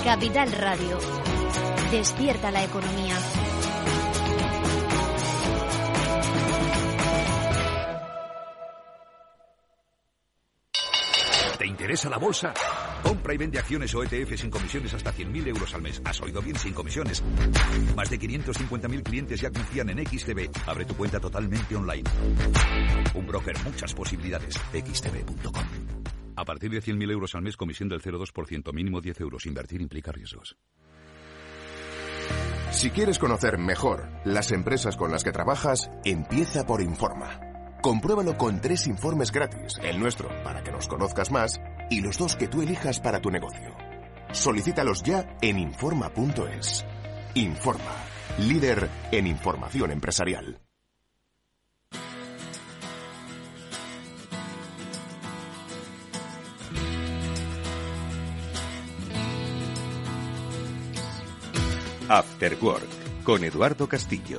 Capital Radio. Despierta la economía. ¿Te interesa la bolsa? Compra y vende acciones o ETF sin comisiones hasta 100.000 euros al mes. ¿Has oído bien? Sin comisiones. Más de 550.000 clientes ya confían en XTB. Abre tu cuenta totalmente online. Un broker, muchas posibilidades. xtb.com. A partir de 100.000 euros al mes, comisión del 0,2%, mínimo 10 euros. Invertir implica riesgos. Si quieres conocer mejor las empresas con las que trabajas, empieza por Informa. Compruébalo con 3 informes gratis, el nuestro para que nos conozcas más y los 2 que tú elijas para tu negocio. Solicítalos ya en Informa.es. Informa, líder en información empresarial. After Work, con Eduardo Castillo.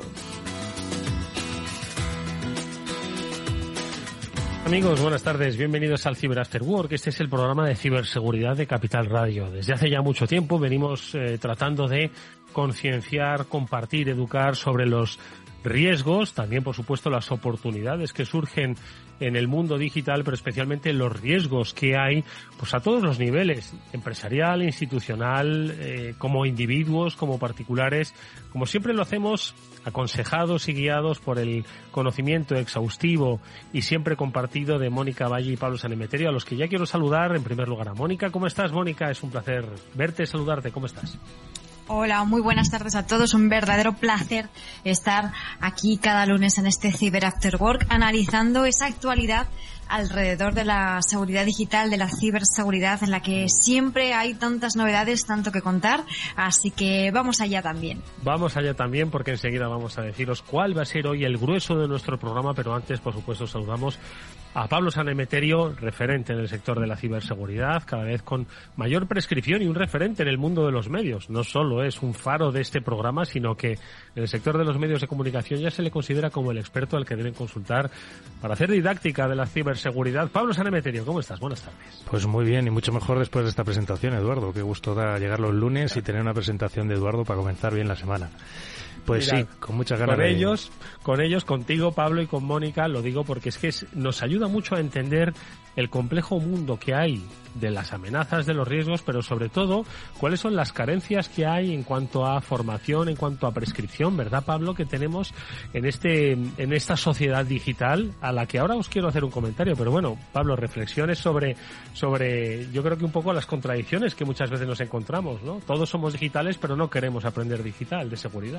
Amigos, buenas tardes. Bienvenidos al Cyber After Work. Este es el programa de ciberseguridad de Capital Radio. Desde hace ya mucho tiempo venimos tratando de concienciar, compartir, educar sobre los riesgos, también por supuesto las oportunidades que surgen en el mundo digital, pero especialmente los riesgos que hay pues a todos los niveles, empresarial, institucional, como individuos, como particulares, como siempre lo hacemos, aconsejados y guiados por el conocimiento exhaustivo y siempre compartido de Mónica Valle y Pablo Sanemeterio, a los que ya quiero saludar en primer lugar a Mónica. ¿Cómo estás, Mónica? Es un placer verte, saludarte. ¿Cómo estás? Hola, muy buenas tardes a todos. Un verdadero placer estar aquí cada lunes en este Cyber After Work analizando esa actualidad alrededor de la seguridad digital, de la ciberseguridad, en la que siempre hay tantas novedades, tanto que contar, así que vamos allá también. Vamos allá también, porque enseguida vamos a deciros cuál va a ser hoy el grueso de nuestro programa, pero antes, por supuesto, saludamos a Pablo Sanemeterio, referente en el sector de la ciberseguridad, cada vez con mayor prescripción y un referente en el mundo de los medios. No solo es un faro de este programa, sino que en el sector de los medios de comunicación ya se le considera como el experto al que deben consultar para hacer didáctica de la ciberseguridad. Pablo Sanemeterio, ¿cómo estás? Buenas tardes. Pues muy bien y mucho mejor después de esta presentación, Eduardo. Qué gusto da llegar los lunes y tener una presentación de Eduardo para comenzar bien la semana. Pues mira, sí, con muchas ganas con ellos, contigo, Pablo, y con Mónica, lo digo porque es que nos ayuda mucho a entender el complejo mundo que hay de las amenazas, de los riesgos, pero sobre todo, cuáles son las carencias que hay en cuanto a formación, en cuanto a prescripción, ¿verdad, Pablo?, que tenemos en esta sociedad digital, a la que ahora os quiero hacer un comentario. Pero bueno, Pablo, reflexiones sobre yo creo que un poco las contradicciones que muchas veces nos encontramos, ¿no? Todos somos digitales, pero no queremos aprender digital, de seguridad.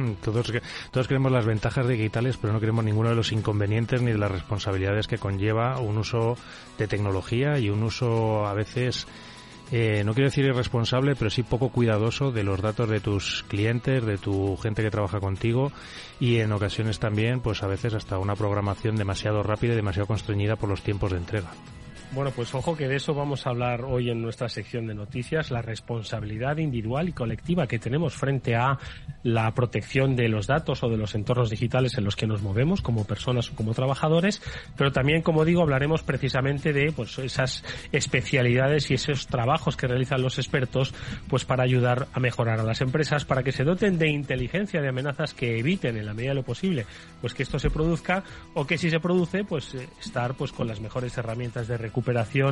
Todos queremos las ventajas digitales, pero no queremos ninguno de los inconvenientes ni de las responsabilidades que conlleva un uso de tecnología y un uso a veces, no quiero decir irresponsable, pero sí poco cuidadoso de los datos de tus clientes, de tu gente que trabaja contigo, y en ocasiones también, pues a veces hasta una programación demasiado rápida y demasiado constreñida por los tiempos de entrega. Bueno, pues ojo que de eso vamos a hablar hoy en nuestra sección de noticias, la responsabilidad individual y colectiva que tenemos frente a la protección de los datos o de los entornos digitales en los que nos movemos como personas o como trabajadores, pero también, como digo, hablaremos precisamente de pues esas especialidades y esos trabajos que realizan los expertos pues para ayudar a mejorar a las empresas, para que se doten de inteligencia de amenazas que eviten en la medida de lo posible pues que esto se produzca, o que si se produce pues estar pues con las mejores herramientas de recuperación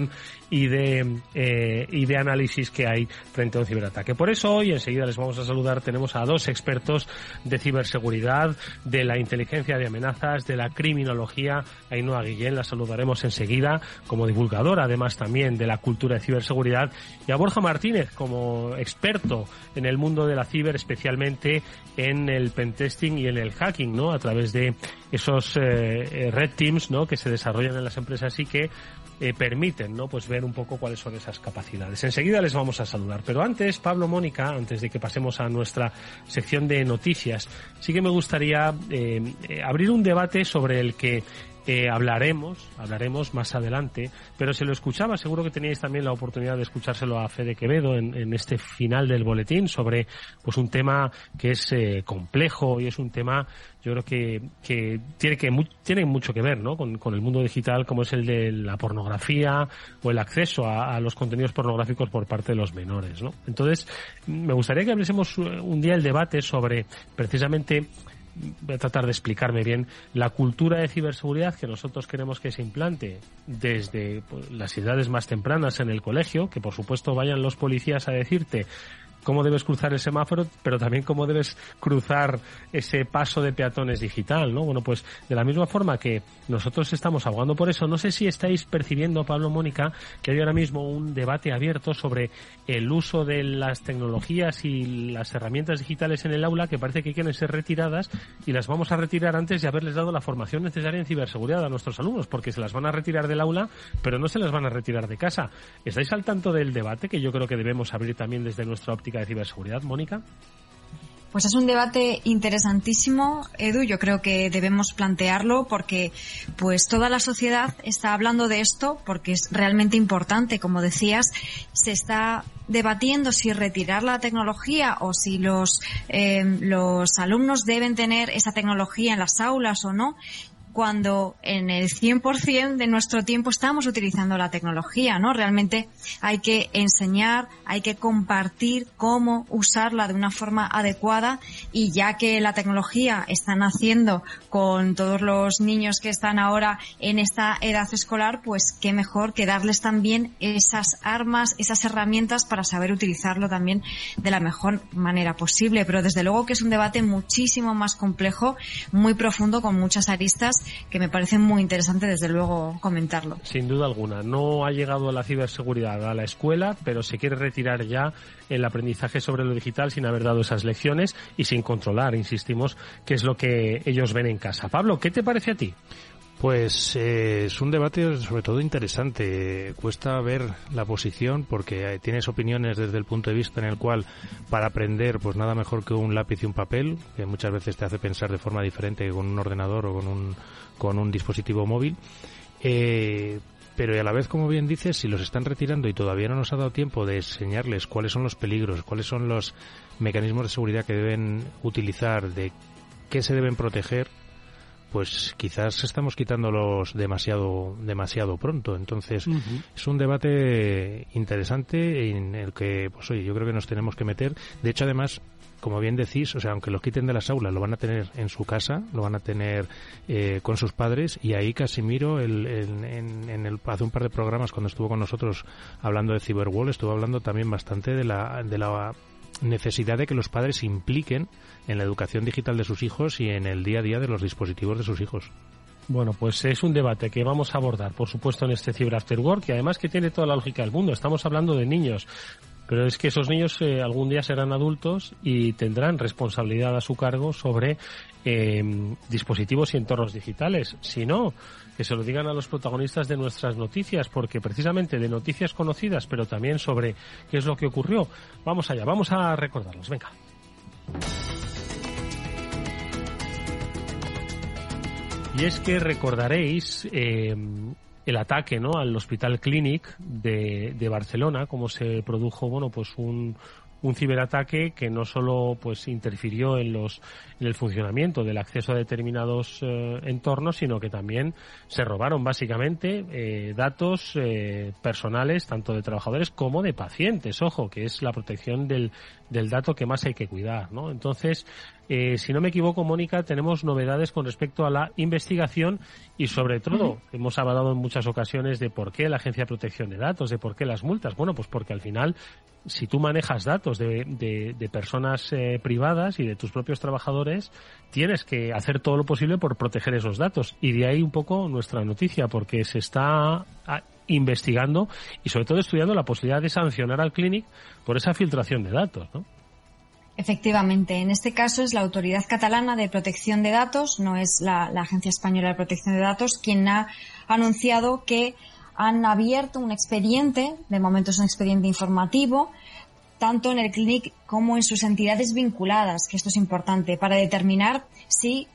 y de análisis que hay frente a un ciberataque. Por eso hoy, enseguida les vamos a saludar, tenemos a 2 expertos de ciberseguridad, de la inteligencia de amenazas, de la criminología. Ainhoa Guillén la saludaremos enseguida como divulgadora, además también de la cultura de ciberseguridad, y a Borja Martínez como experto en el mundo de la ciber, especialmente en el pentesting y en el hacking, ¿no?, a través de esos red teams, ¿no?, que se desarrollan en las empresas y que permiten, ¿no?, pues ver un poco cuáles son esas capacidades. Enseguida les vamos a saludar, pero antes, Pablo, Mónica, antes de que pasemos a nuestra sección de noticias, sí que me gustaría abrir un debate sobre el que hablaremos más adelante, pero se lo escuchaba, seguro que teníais también la oportunidad de escuchárselo a Fede Quevedo en este final del boletín sobre pues un tema que es complejo y es un tema, yo creo que tiene mucho que ver, ¿no? con el mundo digital, como es el de la pornografía o el acceso a los contenidos pornográficos por parte de los menores, ¿no? Entonces, me gustaría que abriésemos un día el debate sobre precisamente, voy a tratar de explicarme bien, la cultura de ciberseguridad que nosotros queremos que se implante desde las edades más tempranas en el colegio, que por supuesto vayan los policías a decirte cómo debes cruzar el semáforo, pero también cómo debes cruzar ese paso de peatones digital, ¿no? Bueno, pues de la misma forma que nosotros estamos abogando por eso, no sé si estáis percibiendo, Pablo, Mónica, que hay ahora mismo un debate abierto sobre el uso de las tecnologías y las herramientas digitales en el aula, que parece que quieren ser retiradas y las vamos a retirar antes de haberles dado la formación necesaria en ciberseguridad a nuestros alumnos, porque se las van a retirar del aula, pero no se las van a retirar de casa. ¿Estáis al tanto del debate que yo creo que debemos abrir también desde nuestra óptica de ciberseguridad, Mónica? Pues es un debate interesantísimo, Edu. Yo creo que debemos plantearlo porque pues toda la sociedad está hablando de esto porque es realmente importante. Como decías, se está debatiendo si retirar la tecnología o si los alumnos deben tener esa tecnología en las aulas o no, cuando en el 100% de nuestro tiempo estamos utilizando la tecnología, ¿no? Realmente hay que enseñar, hay que compartir cómo usarla de una forma adecuada, y ya que la tecnología está naciendo con todos los niños que están ahora en esta edad escolar, pues qué mejor que darles también esas armas, esas herramientas para saber utilizarlo también de la mejor manera posible. Pero desde luego que es un debate muchísimo más complejo, muy profundo, con muchas aristas, que me parece muy interesante desde luego comentarlo. Sin duda alguna, no ha llegado la ciberseguridad a la escuela, pero se quiere retirar ya el aprendizaje sobre lo digital sin haber dado esas lecciones y sin controlar, insistimos, qué es lo que ellos ven en casa. Pablo, ¿qué te parece a ti? Pues es un debate sobre todo interesante. Cuesta ver la posición porque tienes opiniones desde el punto de vista en el cual para aprender pues nada mejor que un lápiz y un papel, que muchas veces te hace pensar de forma diferente que con un ordenador o con un dispositivo móvil. Pero a la vez, como bien dices, si los están retirando y todavía no nos ha dado tiempo de enseñarles cuáles son los peligros, cuáles son los mecanismos de seguridad que deben utilizar, de qué se deben proteger, pues quizás estamos quitándolos demasiado pronto. Entonces, es un debate interesante en el que, pues oye, yo creo que nos tenemos que meter. De hecho, además, como bien decís, o sea, aunque los quiten de las aulas, lo van a tener en su casa, lo van a tener con sus padres, y ahí Casimiro, hace un par de programas cuando estuvo con nosotros hablando de Cyberwall, estuvo hablando también bastante de la necesidad de que los padres se impliquen en la educación digital de sus hijos y en el día a día de los dispositivos de sus hijos. Bueno, pues es un debate que vamos a abordar, por supuesto, en este Cyber After Work, y además que tiene toda la lógica del mundo. Estamos hablando de niños, pero es que esos niños algún día serán adultos y tendrán responsabilidad a su cargo sobre dispositivos y entornos digitales. Si no, que se lo digan a los protagonistas de nuestras noticias, porque precisamente de noticias conocidas, pero también sobre qué es lo que ocurrió. Vamos allá, vamos a recordarlos. Venga. Y es que recordaréis el ataque, ¿no?, al Hospital Clínic de Barcelona, como se produjo, bueno, pues un ciberataque que no solo pues interfirió en el funcionamiento del acceso a determinados entornos, sino que también se robaron básicamente datos personales, tanto de trabajadores como de pacientes. Ojo, que es la protección del dato que más hay que cuidar, ¿no? Entonces, si no me equivoco, Mónica, tenemos novedades con respecto a la investigación y, sobre todo, hemos hablado en muchas ocasiones de por qué la Agencia de Protección de Datos, de por qué las multas. Bueno, pues porque al final, si tú manejas datos de personas privadas y de tus propios trabajadores, tienes que hacer todo lo posible por proteger esos datos. Y de ahí un poco nuestra noticia, porque se está investigando y sobre todo estudiando la posibilidad de sancionar al Clínic por esa filtración de datos, ¿no? Efectivamente, en este caso es la Autoridad Catalana de Protección de Datos, no es la Agencia Española de Protección de Datos, quien ha anunciado que han abierto un expediente, de momento es un expediente informativo, tanto en el Clínic como en sus entidades vinculadas, que esto es importante, para determinar si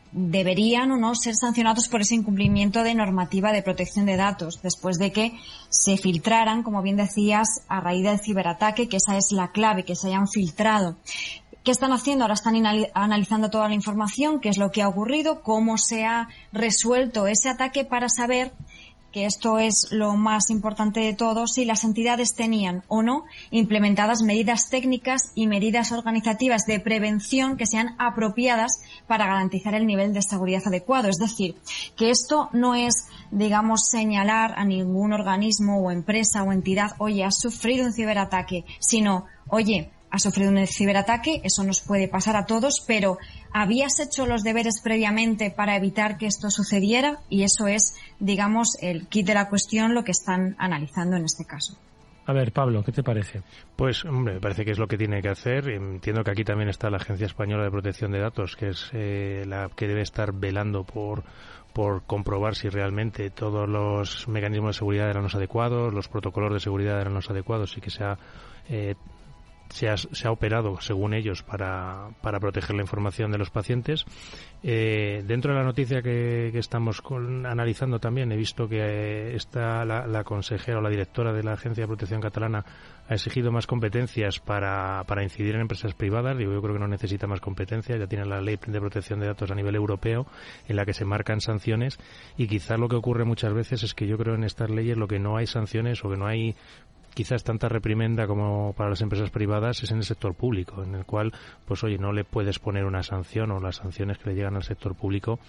deberían o no ser sancionados por ese incumplimiento de normativa de protección de datos, después de que se filtraran, como bien decías, a raíz del ciberataque, que esa es la clave, que se hayan filtrado. ¿Qué están haciendo? Ahora están analizando toda la información, qué es lo que ha ocurrido, cómo se ha resuelto ese ataque, para saber, que esto es lo más importante de todo, si las entidades tenían o no implementadas medidas técnicas y medidas organizativas de prevención que sean apropiadas para garantizar el nivel de seguridad adecuado. Es decir, que esto no es, digamos, señalar a ningún organismo o empresa o entidad, oye, has sufrido un ciberataque, sino, oye, has sufrido un ciberataque, eso nos puede pasar a todos, pero ¿habías hecho los deberes previamente para evitar que esto sucediera? Y eso es, digamos, el kit de la cuestión, lo que están analizando en este caso. A ver, Pablo, ¿qué te parece? Pues, hombre, me parece que es lo que tiene que hacer. Entiendo que aquí también está la Agencia Española de Protección de Datos, que es la que debe estar velando por comprobar si realmente todos los mecanismos de seguridad eran los adecuados, los protocolos de seguridad eran los adecuados y que se ha operado según ellos para proteger la información de los pacientes. Dentro de la noticia que estamos analizando también he visto que está la consejera o la directora de la Agencia de Protección Catalana ha exigido más competencias para incidir en empresas privadas. Yo creo que no necesita más competencias, ya tiene la ley de protección de datos a nivel europeo en la que se marcan sanciones, y quizás lo que ocurre muchas veces es que yo creo en estas leyes lo que no hay sanciones o que no hay quizás tanta reprimenda como para las empresas privadas es en el sector público, en el cual, pues oye, no le puedes poner una sanción, o las sanciones que le llegan al sector público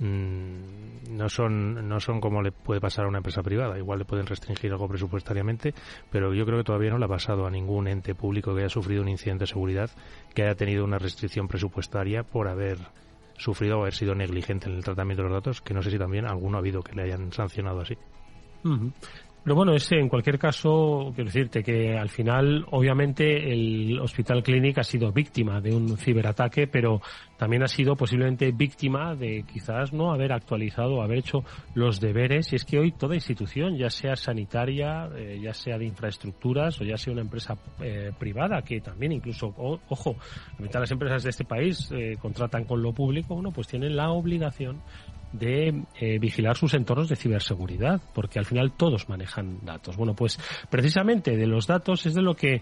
no son como le puede pasar a una empresa privada. Igual le pueden restringir algo presupuestariamente, pero yo creo que todavía no le ha pasado a ningún ente público que haya sufrido un incidente de seguridad que haya tenido una restricción presupuestaria por haber sufrido o haber sido negligente en el tratamiento de los datos, que no sé si también alguno ha habido que le hayan sancionado así. Uh-huh. Pero bueno, en cualquier caso, quiero decirte que al final, obviamente, el Hospital Clínic ha sido víctima de un ciberataque, pero también ha sido posiblemente víctima de quizás no haber actualizado, haber hecho los deberes. Y es que hoy toda institución, ya sea sanitaria, ya sea de infraestructuras o ya sea una empresa privada, que también incluso, ojo, la mitad de las empresas de este país contratan con lo público, bueno, pues tienen la obligación de vigilar sus entornos de ciberseguridad, porque al final todos manejan datos. Bueno, pues precisamente de los datos es de lo que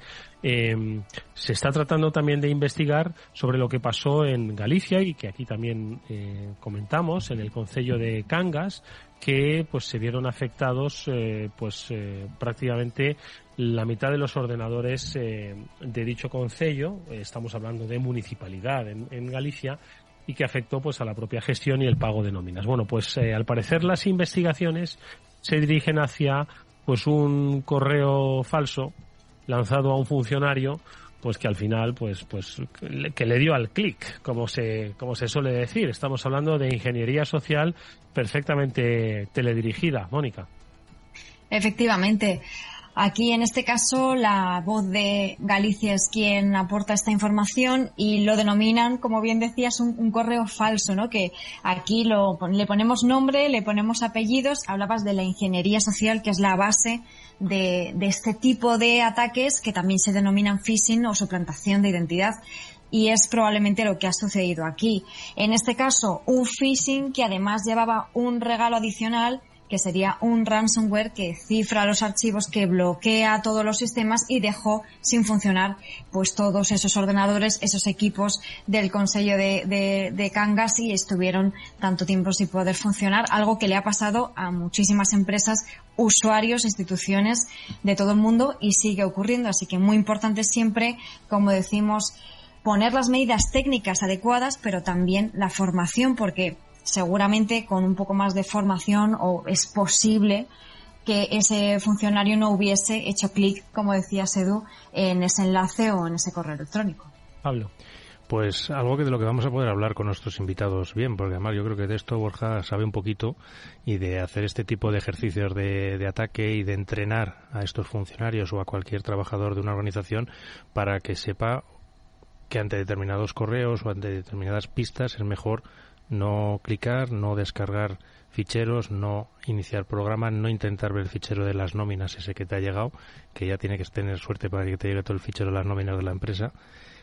se está tratando también de investigar, sobre lo que pasó en Galicia y que aquí también comentamos en el concello de Cangas, que pues se vieron afectados prácticamente la mitad de los ordenadores de dicho concello. Estamos hablando de municipalidad en Galicia, y que afectó pues a la propia gestión y el pago de nóminas. Bueno, pues al parecer las investigaciones se dirigen hacia pues un correo falso lanzado a un funcionario, pues que al final que le dio al clic, como se suele decir. Estamos hablando de ingeniería social perfectamente teledirigida, Mónica. Efectivamente. Aquí, en este caso, la Voz de Galicia es quien aporta esta información y lo denominan, como bien decías, un correo falso, ¿no? Que aquí le ponemos nombre, le ponemos apellidos. Hablabas de la ingeniería social, que es la base de este tipo de ataques, que también se denominan phishing o suplantación de identidad. Y es probablemente lo que ha sucedido aquí. En este caso, un phishing que además llevaba un regalo adicional, que sería un ransomware que cifra los archivos, que bloquea todos los sistemas y dejó sin funcionar pues todos esos ordenadores, esos equipos del Consello de Cangas, y estuvieron tanto tiempo sin poder funcionar, algo que le ha pasado a muchísimas empresas, usuarios, instituciones de todo el mundo, y sigue ocurriendo. Así que muy importante siempre, como decimos, poner las medidas técnicas adecuadas, pero también la formación, porque seguramente con un poco más de formación o es posible que ese funcionario no hubiese hecho clic, como decía Edu, en ese enlace o en ese correo electrónico. Pablo. Pues algo de lo que vamos a poder hablar con nuestros invitados bien, porque además yo creo que de esto Borja sabe un poquito, y de hacer este tipo de ejercicios de ataque y de entrenar a estos funcionarios o a cualquier trabajador de una organización para que sepa que ante determinados correos o ante determinadas pistas es mejor no clicar, no descargar ficheros, no iniciar programas, no intentar ver el fichero de las nóminas ese que te ha llegado, que ya tiene que tener suerte para que te llegue todo el fichero de las nóminas de la empresa.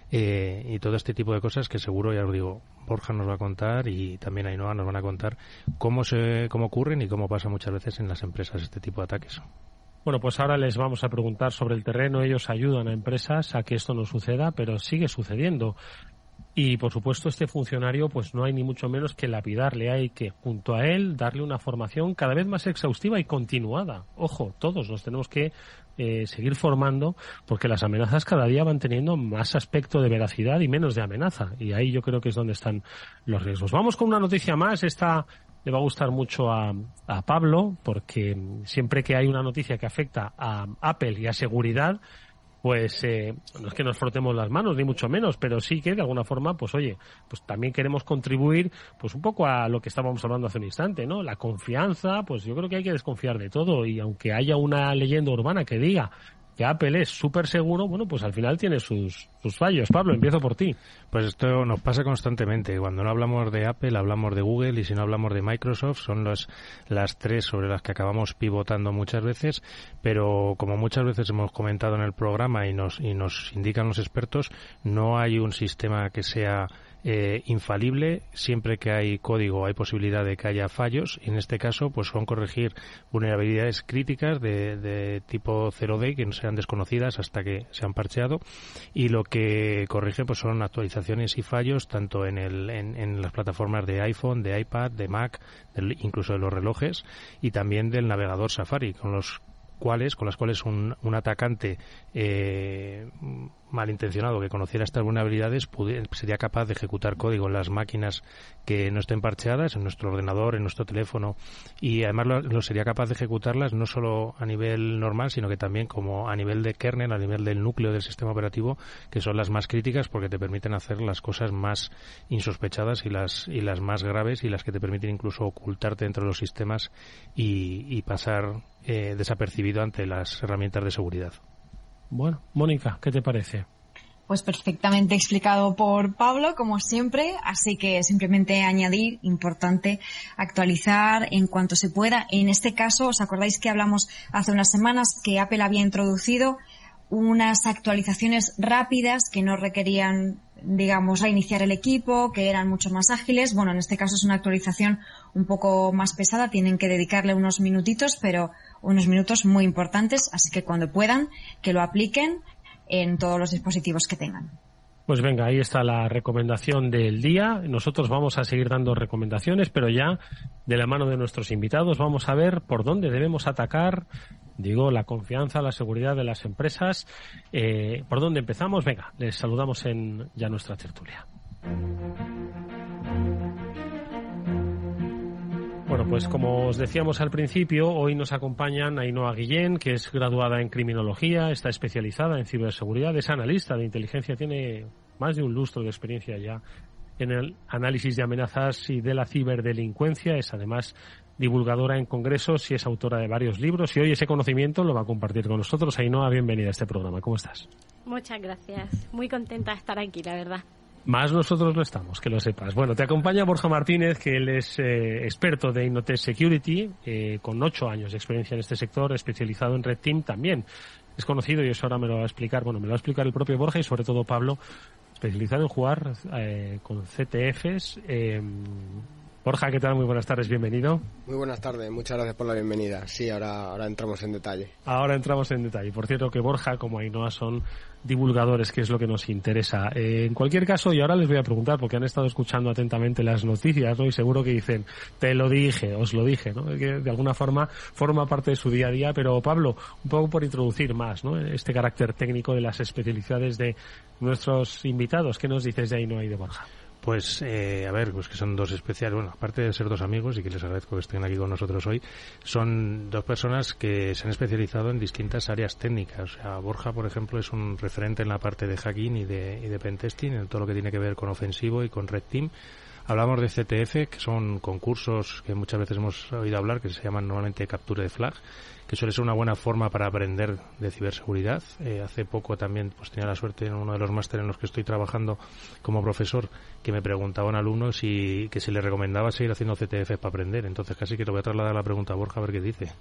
y todo este tipo de cosas que seguro, ya os digo, Borja nos va a contar y también Ainhoa nos van a contar cómo ocurren y cómo pasa muchas veces en las empresas este tipo de ataques. Bueno, pues ahora les vamos a preguntar sobre el terreno. Ellos ayudan a empresas a que esto no suceda, pero sigue sucediendo. Y, por supuesto, este funcionario pues no hay ni mucho menos que lapidarle. Hay que, junto a él, darle una formación cada vez más exhaustiva y continuada. Ojo, todos nos tenemos que seguir formando porque las amenazas cada día van teniendo más aspecto de veracidad y menos de amenaza. Y ahí yo creo que es donde están los riesgos. Vamos con una noticia más. Esta le va a gustar mucho a Pablo, porque siempre que hay una noticia que afecta a Apple y a seguridad, pues no es que nos frotemos las manos, ni mucho menos, pero sí que de alguna forma, pues oye, pues también queremos contribuir pues un poco a lo que estábamos hablando hace un instante, ¿no? La confianza, pues yo creo que hay que desconfiar de todo, y aunque haya una leyenda urbana que diga que Apple es súper seguro, bueno, pues al final tiene sus fallos. Pablo, empiezo por ti. Pues esto nos pasa constantemente. Cuando no hablamos de Apple, hablamos de Google, y si no hablamos de Microsoft, son las tres sobre las que acabamos pivotando muchas veces, pero como muchas veces hemos comentado en el programa y nos indican los expertos, no hay un sistema que sea infalible. Siempre que hay código hay posibilidad de que haya fallos, y en este caso pues son corregir vulnerabilidades críticas de tipo 0D que no sean desconocidas hasta que se han parcheado, y lo que corrige pues son actualizaciones y fallos tanto en las plataformas de iPhone, de iPad, de Mac, incluso de los relojes, y también del navegador Safari, con las cuales un atacante malintencionado que conociera estas vulnerabilidades sería capaz de ejecutar código en las máquinas que no estén parcheadas, en nuestro ordenador, en nuestro teléfono, y además lo sería capaz de ejecutarlas no solo a nivel normal, sino que también como a nivel de kernel, a nivel del núcleo del sistema operativo, que son las más críticas porque te permiten hacer las cosas más insospechadas y las más graves, y las que te permiten incluso ocultarte dentro de los sistemas y pasar desapercibido ante las herramientas de seguridad. Bueno, Mónica, ¿qué te parece? Pues perfectamente explicado por Pablo, como siempre, así que simplemente añadir, importante, actualizar en cuanto se pueda. En este caso, ¿os acordáis que hablamos hace unas semanas que Apple había introducido unas actualizaciones rápidas que no requerían, digamos, reiniciar el equipo, que eran mucho más ágiles? Bueno, en este caso es una actualización un poco más pesada, tienen que dedicarle unos minutitos, pero unos minutos muy importantes, así que cuando puedan, que lo apliquen en todos los dispositivos que tengan. Pues venga, ahí está la recomendación del día. Nosotros vamos a seguir dando recomendaciones, pero ya de la mano de nuestros invitados vamos a ver por dónde debemos atacar, digo, la confianza, la seguridad de las empresas. ¿Por dónde empezamos? Venga, les saludamos en ya nuestra tertulia. Bueno, pues como os decíamos al principio, hoy nos acompañan Ainhoa Guillén, que es graduada en criminología, está especializada en ciberseguridad, es analista de inteligencia, tiene más de un lustro de experiencia ya en el análisis de amenazas y de la ciberdelincuencia, es además divulgadora en congresos y es autora de varios libros, y hoy ese conocimiento lo va a compartir con nosotros. Ainhoa, bienvenida a este programa, ¿cómo estás? Muchas gracias, muy contenta de estar aquí, la verdad. Más nosotros lo estamos, que lo sepas. Bueno, te acompaña Borja Martínez, que él es experto de Innotest Security, con 8 años de experiencia en este sector, especializado en Red Team también. Es conocido, y eso ahora me lo va a explicar, me lo va a explicar el propio Borja y sobre todo Pablo, especializado en jugar con CTFs. Borja, ¿qué tal? Muy buenas tardes, bienvenido. Muy buenas tardes, muchas gracias por la bienvenida. Sí, ahora entramos en detalle. Ahora entramos en detalle. Por cierto que Borja, como Ainhoa, son divulgadores, que es lo que nos interesa. En cualquier caso, y ahora les voy a preguntar, porque han estado escuchando atentamente las noticias, ¿no? Y seguro que dicen, te lo dije, os lo dije, ¿no? Que de alguna forma forma parte de su día a día. Pero Pablo, un poco por introducir más, ¿no? Este carácter técnico de las especialidades de nuestros invitados. ¿Qué nos dices de Ainhoa y de Borja? Pues, a ver, pues que son dos especiales, bueno, aparte de ser dos amigos y que les agradezco que estén aquí con nosotros hoy, son dos personas que se han especializado en distintas áreas técnicas. O sea, Borja, por ejemplo, es un referente en la parte de hacking y de pentesting, en todo lo que tiene que ver con ofensivo y con Red Team. Hablamos de CTF, que son concursos que muchas veces hemos oído hablar, que se llaman normalmente capture de flag, que suele ser una buena forma para aprender de ciberseguridad. Hace poco también pues tenía la suerte en uno de los másteres en los que estoy trabajando como profesor, que me preguntaba un alumno que si le recomendaba seguir haciendo CTF para aprender. Entonces casi que te voy a trasladar la pregunta a Borja a ver qué dice.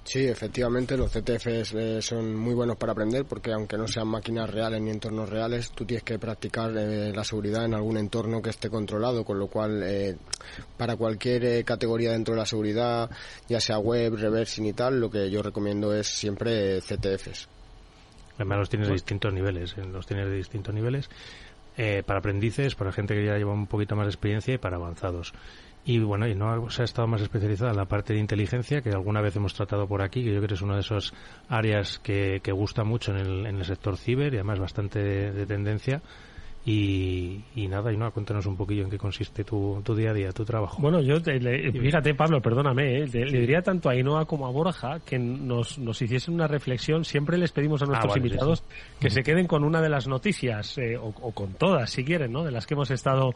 Sí, efectivamente, los CTFs son muy buenos para aprender porque aunque no sean máquinas reales ni entornos reales, tú tienes que practicar la seguridad en algún entorno que esté controlado, con lo cual para cualquier categoría dentro de la seguridad, ya sea web, reversing y tal, lo que yo recomiendo es siempre CTFs. Además los tienes de distintos niveles, para aprendices, para gente que ya lleva un poquito más de experiencia y para avanzados. Y bueno, y no se ha estado más especializada en la parte de inteligencia, que alguna vez hemos tratado por aquí, que yo creo que es una de esas áreas que gusta mucho en el sector ciber y además bastante de tendencia. Y nada, cuéntanos un poquillo en qué consiste tu día a día, tu trabajo. Bueno, yo, fíjate, Pablo, perdóname, le diría tanto a Ainhoa como a Borja que nos hiciesen una reflexión. Siempre les pedimos a nuestros invitados que se queden con una de las noticias, o con todas, si quieren, ¿no?, de las que hemos estado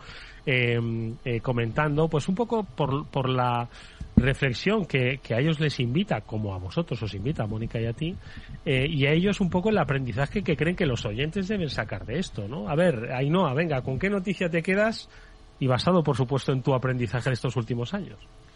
comentando, pues un poco por la reflexión que a ellos les invita, como a vosotros os invita, a Mónica y a ti, y a ellos un poco el aprendizaje que creen que los oyentes deben sacar de esto, ¿no? A ver, Ainhoa, venga, ¿con qué noticia te quedas? Y basado, por supuesto, en tu aprendizaje de estos últimos años.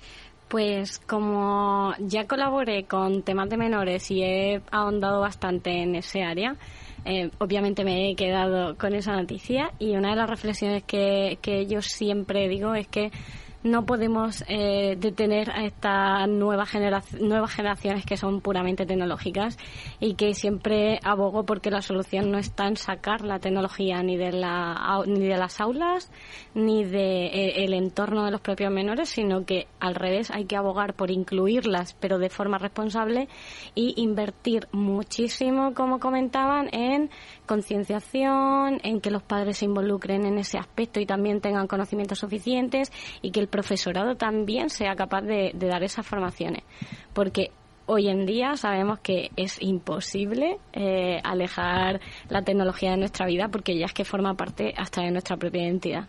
Pues como ya colaboré con temas de menores y he ahondado bastante en ese área, obviamente me he quedado con esa noticia, y una de las reflexiones que yo siempre digo es que no podemos detener a estas nuevas generaciones que son puramente tecnológicas, y que siempre abogo porque la solución no está en sacar la tecnología ni de las aulas ni de el entorno de los propios menores, sino que al revés hay que abogar por incluirlas, pero de forma responsable, y invertir muchísimo, como comentaban, en concienciación, en que los padres se involucren en ese aspecto y también tengan conocimientos suficientes, y que el profesorado también sea capaz de dar esas formaciones, porque hoy en día sabemos que es imposible alejar la tecnología de nuestra vida, porque ya es que forma parte hasta de nuestra propia identidad.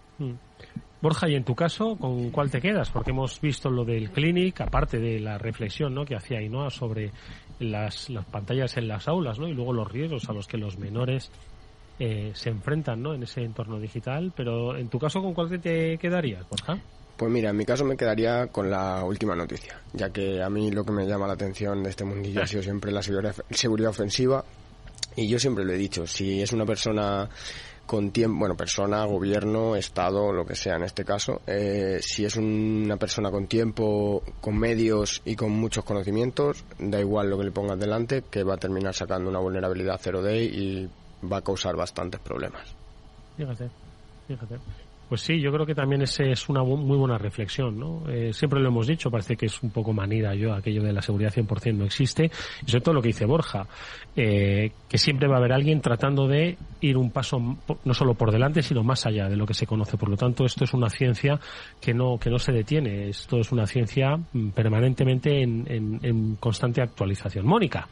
Borja, y en tu caso, ¿con cuál te quedas? Porque hemos visto lo del Clinic, aparte de la reflexión, ¿no?, que hacía Ainhoa sobre las pantallas en las aulas, ¿no?, y luego los riesgos a los que los menores se enfrentan, ¿no?, en ese entorno digital. Pero en tu caso, ¿con cuál te quedarías, Borja? Pues mira, en mi caso me quedaría con la última noticia, ya que a mí lo que me llama la atención de este mundillo ha sido siempre la seguridad ofensiva, y yo siempre lo he dicho, si es una persona con tiempo, bueno, persona, gobierno, estado, lo que sea en este caso, si es una persona con tiempo, con medios y con muchos conocimientos, da igual lo que le pongas delante, que va a terminar sacando una vulnerabilidad 0-day y va a causar bastantes problemas. Fíjate. Pues sí, yo creo que también ese es una muy buena reflexión, ¿no? Siempre lo hemos dicho, parece que es un poco manida aquello de la seguridad 100% no existe, y sobre todo lo que dice Borja, que siempre va a haber alguien tratando de ir un paso no solo por delante, sino más allá de lo que se conoce. Por lo tanto, esto es una ciencia que no se detiene, esto es una ciencia permanentemente en constante actualización. Mónica.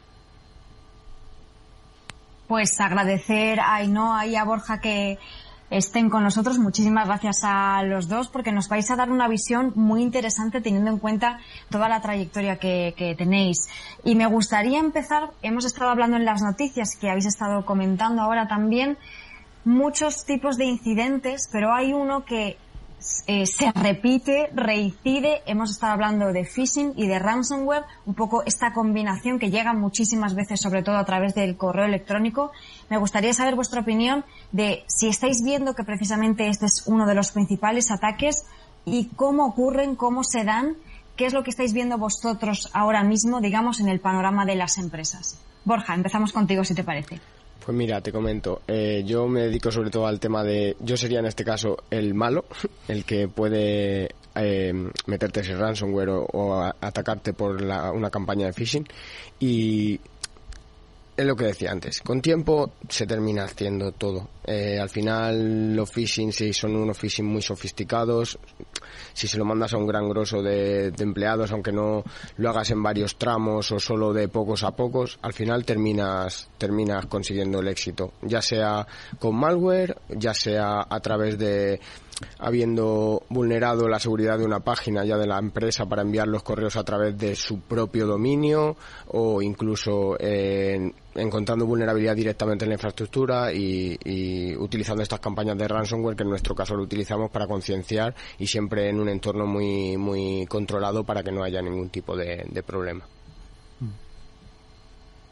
Pues agradecer a Ainhoa y a Borja que estén con nosotros. Muchísimas gracias a los dos, porque nos vais a dar una visión muy interesante teniendo en cuenta toda la trayectoria que tenéis. Y me gustaría empezar, hemos estado hablando en las noticias que habéis estado comentando ahora también, muchos tipos de incidentes, pero hay uno que se repite, reincide. Hemos estado hablando de phishing y de ransomware, un poco esta combinación que llega muchísimas veces, sobre todo a través del correo electrónico. Me gustaría saber vuestra opinión de si estáis viendo que precisamente este es uno de los principales ataques y cómo ocurren, cómo se dan, qué es lo que estáis viendo vosotros ahora mismo, digamos, en el panorama de las empresas. Borja, empezamos contigo, si te parece. Pues mira, te comento, yo me dedico sobre todo al tema yo sería en este caso el malo, el que puede meterte ese ransomware o atacarte por una campaña de phishing, y es lo que decía antes, con tiempo se termina haciendo todo. Al final los phishing, si son unos phishing muy sofisticados, si se lo mandas a un gran grosso de empleados, aunque no lo hagas en varios tramos o solo de pocos a pocos, al final terminas consiguiendo el éxito, ya sea con malware, ya sea a través de habiendo vulnerado la seguridad de una página ya de la empresa para enviar los correos a través de su propio dominio, o incluso encontrando vulnerabilidad directamente en la infraestructura y utilizando estas campañas de ransomware, que en nuestro caso lo utilizamos para concienciar y siempre en un entorno muy muy controlado para que no haya ningún tipo de problema.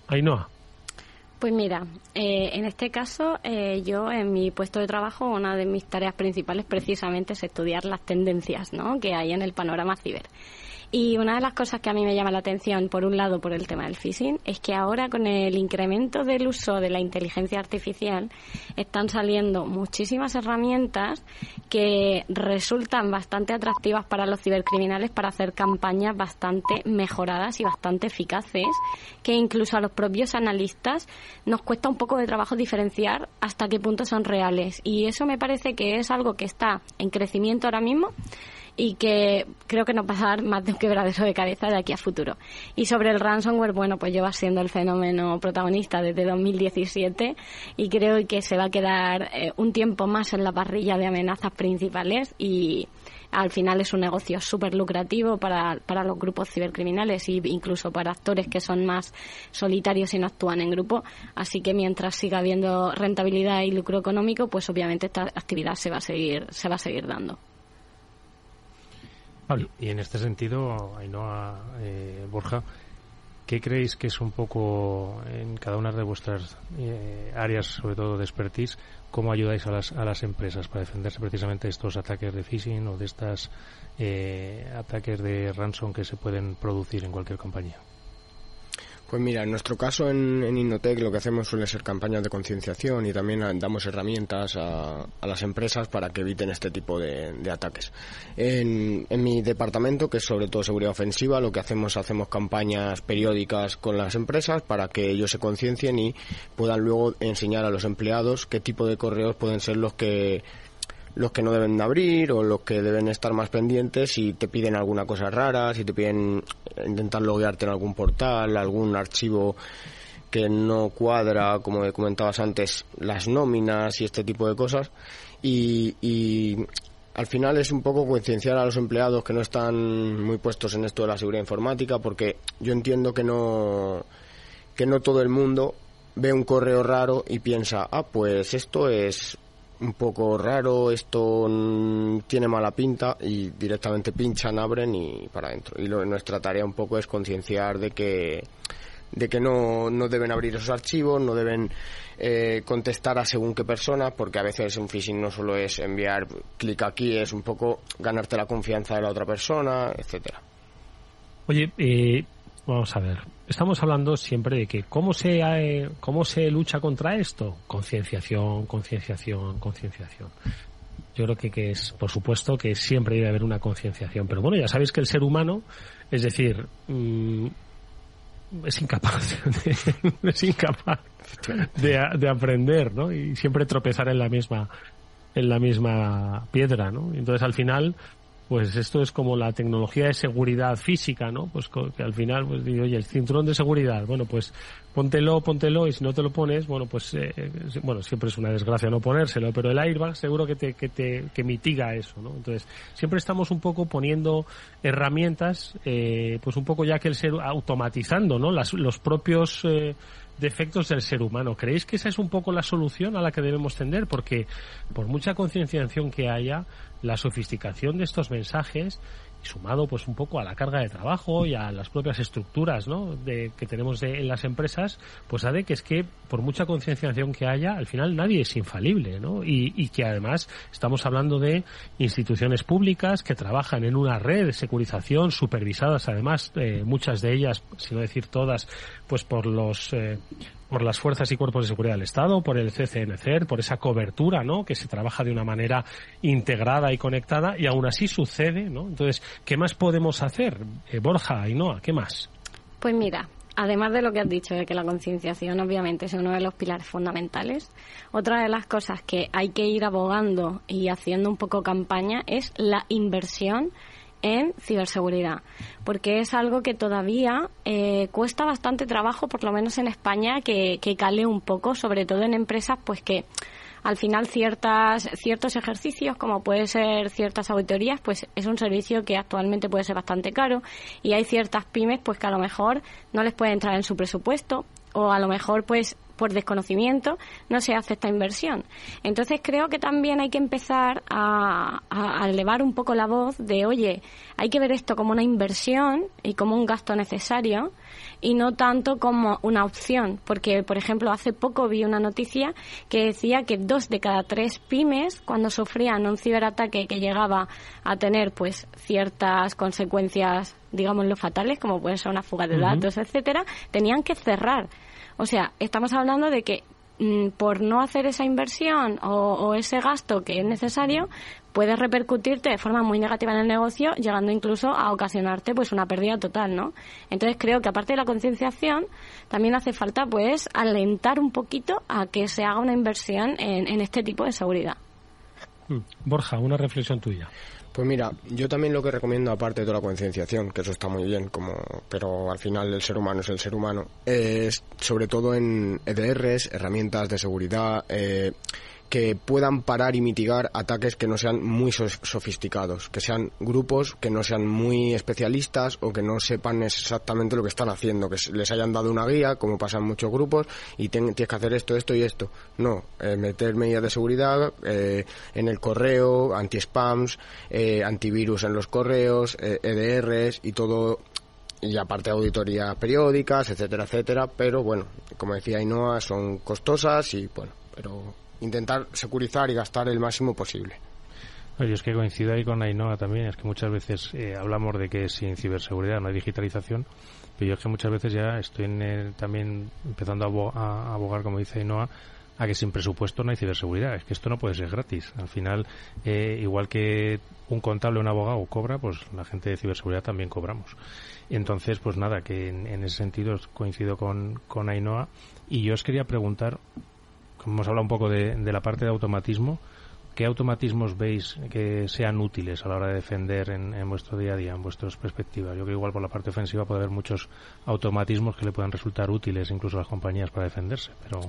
Ainhoa. Pues mira, en este caso, yo en mi puesto de trabajo, una de mis tareas principales precisamente es estudiar las tendencias, ¿no?, que hay en el panorama ciber. Y una de las cosas que a mí me llama la atención, por un lado, por el tema del phishing, es que ahora con el incremento del uso de la inteligencia artificial están saliendo muchísimas herramientas que resultan bastante atractivas para los cibercriminales para hacer campañas bastante mejoradas y bastante eficaces, que incluso a los propios analistas nos cuesta un poco de trabajo diferenciar hasta qué punto son reales. Y eso me parece que es algo que está en crecimiento ahora mismo y que creo que nos va a dar más de un quebradero de cabeza de aquí a futuro. Y sobre el ransomware, bueno, pues lleva siendo el fenómeno protagonista desde 2017 y creo que se va a quedar un tiempo más en la parrilla de amenazas principales y al final es un negocio súper lucrativo para los grupos cibercriminales e incluso para actores que son más solitarios y no actúan en grupo. Así que mientras siga habiendo rentabilidad y lucro económico, pues obviamente esta actividad se va a seguir dando. Y en este sentido, Ainhoa, Borja, ¿qué creéis que es un poco en cada una de vuestras áreas, sobre todo de expertise, cómo ayudáis a las empresas para defenderse precisamente de estos ataques de phishing o de estos ataques de ransom que se pueden producir en cualquier compañía? Pues mira, en nuestro caso en Innotech lo que hacemos suele ser campañas de concienciación y también damos herramientas a las empresas para que eviten este tipo de ataques. En mi departamento, que es sobre todo seguridad ofensiva, lo que hacemos campañas periódicas con las empresas para que ellos se conciencien y puedan luego enseñar a los empleados qué tipo de correos pueden ser los que no deben abrir o los que deben estar más pendientes si te piden alguna cosa rara, si te piden intentar loguearte en algún portal, algún archivo que no cuadra, como comentabas antes, las nóminas y este tipo de cosas. Y al final es un poco concienciar a los empleados que no están muy puestos en esto de la seguridad informática, porque yo entiendo que no todo el mundo ve un correo raro y piensa, pues esto es un poco raro, esto tiene mala pinta, y directamente pinchan, abren y para adentro. Y nuestra tarea un poco es concienciar de que no deben abrir esos archivos, no deben contestar a según qué personas, porque a veces un phishing no solo es enviar clic aquí, es un poco ganarte la confianza de la otra persona, etcétera. Oye, vamos a ver. Estamos hablando siempre de que cómo se lucha contra esto. Concienciación. Yo creo que es, por supuesto, que siempre debe haber una concienciación. Pero bueno, ya sabéis que el ser humano, es decir, es incapaz de aprender, ¿no? Y siempre tropezar en la misma piedra, ¿no? Entonces, al final, pues esto es como la tecnología de seguridad física, ¿no? Pues que al final, pues digo, oye, el cinturón de seguridad, bueno, pues póntelo, y si no te lo pones, bueno, pues siempre es una desgracia no ponérselo, pero el airbag seguro que mitiga eso, ¿no? Entonces, siempre estamos un poco poniendo herramientas, pues un poco ya que el ser automatizando, ¿no? Los propios defectos del ser humano. ¿Creéis que esa es un poco la solución a la que debemos tender? Porque por mucha concienciación que haya, la sofisticación de estos mensajes, y sumado pues un poco a la carga de trabajo y a las propias estructuras, ¿no?, que tenemos en las empresas, pues hace que es que por mucha concienciación que haya, al final nadie es infalible, ¿no? Y que además estamos hablando de instituciones públicas que trabajan en una red de securización supervisadas, además muchas de ellas, si no decir todas, pues por las fuerzas y cuerpos de seguridad del Estado, por el CCNCER, por esa cobertura, ¿no?, que se trabaja de una manera integrada y conectada, y aún así sucede, ¿no? Entonces, ¿qué más podemos hacer? Borja, Ainhoa, ¿qué más? Pues mira, además de lo que has dicho, de que la concienciación obviamente es uno de los pilares fundamentales, otra de las cosas que hay que ir abogando y haciendo un poco campaña es la inversión en ciberseguridad, porque es algo que todavía cuesta bastante trabajo, por lo menos en España, que cale un poco, sobre todo en empresas pues que al final ciertos ejercicios, como puede ser ciertas auditorías, pues es un servicio que actualmente puede ser bastante caro, y hay ciertas pymes pues que a lo mejor no les puede entrar en su presupuesto, o a lo mejor pues por desconocimiento no se hace esta inversión. Entonces creo que también hay que empezar a elevar un poco la voz de, oye, hay que ver esto como una inversión y como un gasto necesario, y no tanto como una opción, porque por ejemplo hace poco vi una noticia que decía que 2 de cada 3 pymes, cuando sufrían un ciberataque que llegaba a tener pues ciertas consecuencias, digámoslo, fatales, como puede ser una fuga de datos, etcétera, tenían que cerrar. O sea, estamos hablando de que por no hacer esa inversión o ese gasto que es necesario, puede repercutirte de forma muy negativa en el negocio, llegando incluso a ocasionarte pues una pérdida total, ¿no? Entonces creo que aparte de la concienciación, también hace falta pues alentar un poquito a que se haga una inversión en este tipo de seguridad. Borja, una reflexión tuya. Pues mira, yo también lo que recomiendo, aparte de toda la concienciación, que eso está muy bien, pero al final el ser humano es el ser humano, es sobre todo en EDRs, herramientas de seguridad, que puedan parar y mitigar ataques que no sean muy sofisticados, que sean grupos que no sean muy especialistas o que no sepan exactamente lo que están haciendo, que les hayan dado una guía, como pasa en muchos grupos, y tienes que hacer esto, esto y esto. No, meter medidas de seguridad en el correo, anti-spams, antivirus en los correos, EDRs y todo, y aparte auditorías periódicas, etcétera, etcétera, pero bueno, como decía Ainhoa, son costosas y bueno, pero intentar securizar y gastar el máximo posible. Yo es que coincido ahí con Ainhoa también, es que muchas veces hablamos de que sin ciberseguridad no hay digitalización, pero yo es que muchas veces ya estoy también empezando a abogar, como dice Ainhoa, a que sin presupuesto no hay ciberseguridad. Es que esto no puede ser gratis. Al final, igual que un contable o un abogado cobra, pues la gente de ciberseguridad también cobramos. Entonces, pues nada, que en ese sentido coincido con Ainhoa. Y yo os quería preguntar, como hemos hablado un poco de la parte de automatismo, ¿qué automatismos veis que sean útiles a la hora de defender en vuestro día a día, en vuestras perspectivas? Yo creo que igual por la parte ofensiva puede haber muchos automatismos que le puedan resultar útiles incluso a las compañías para defenderse, pero...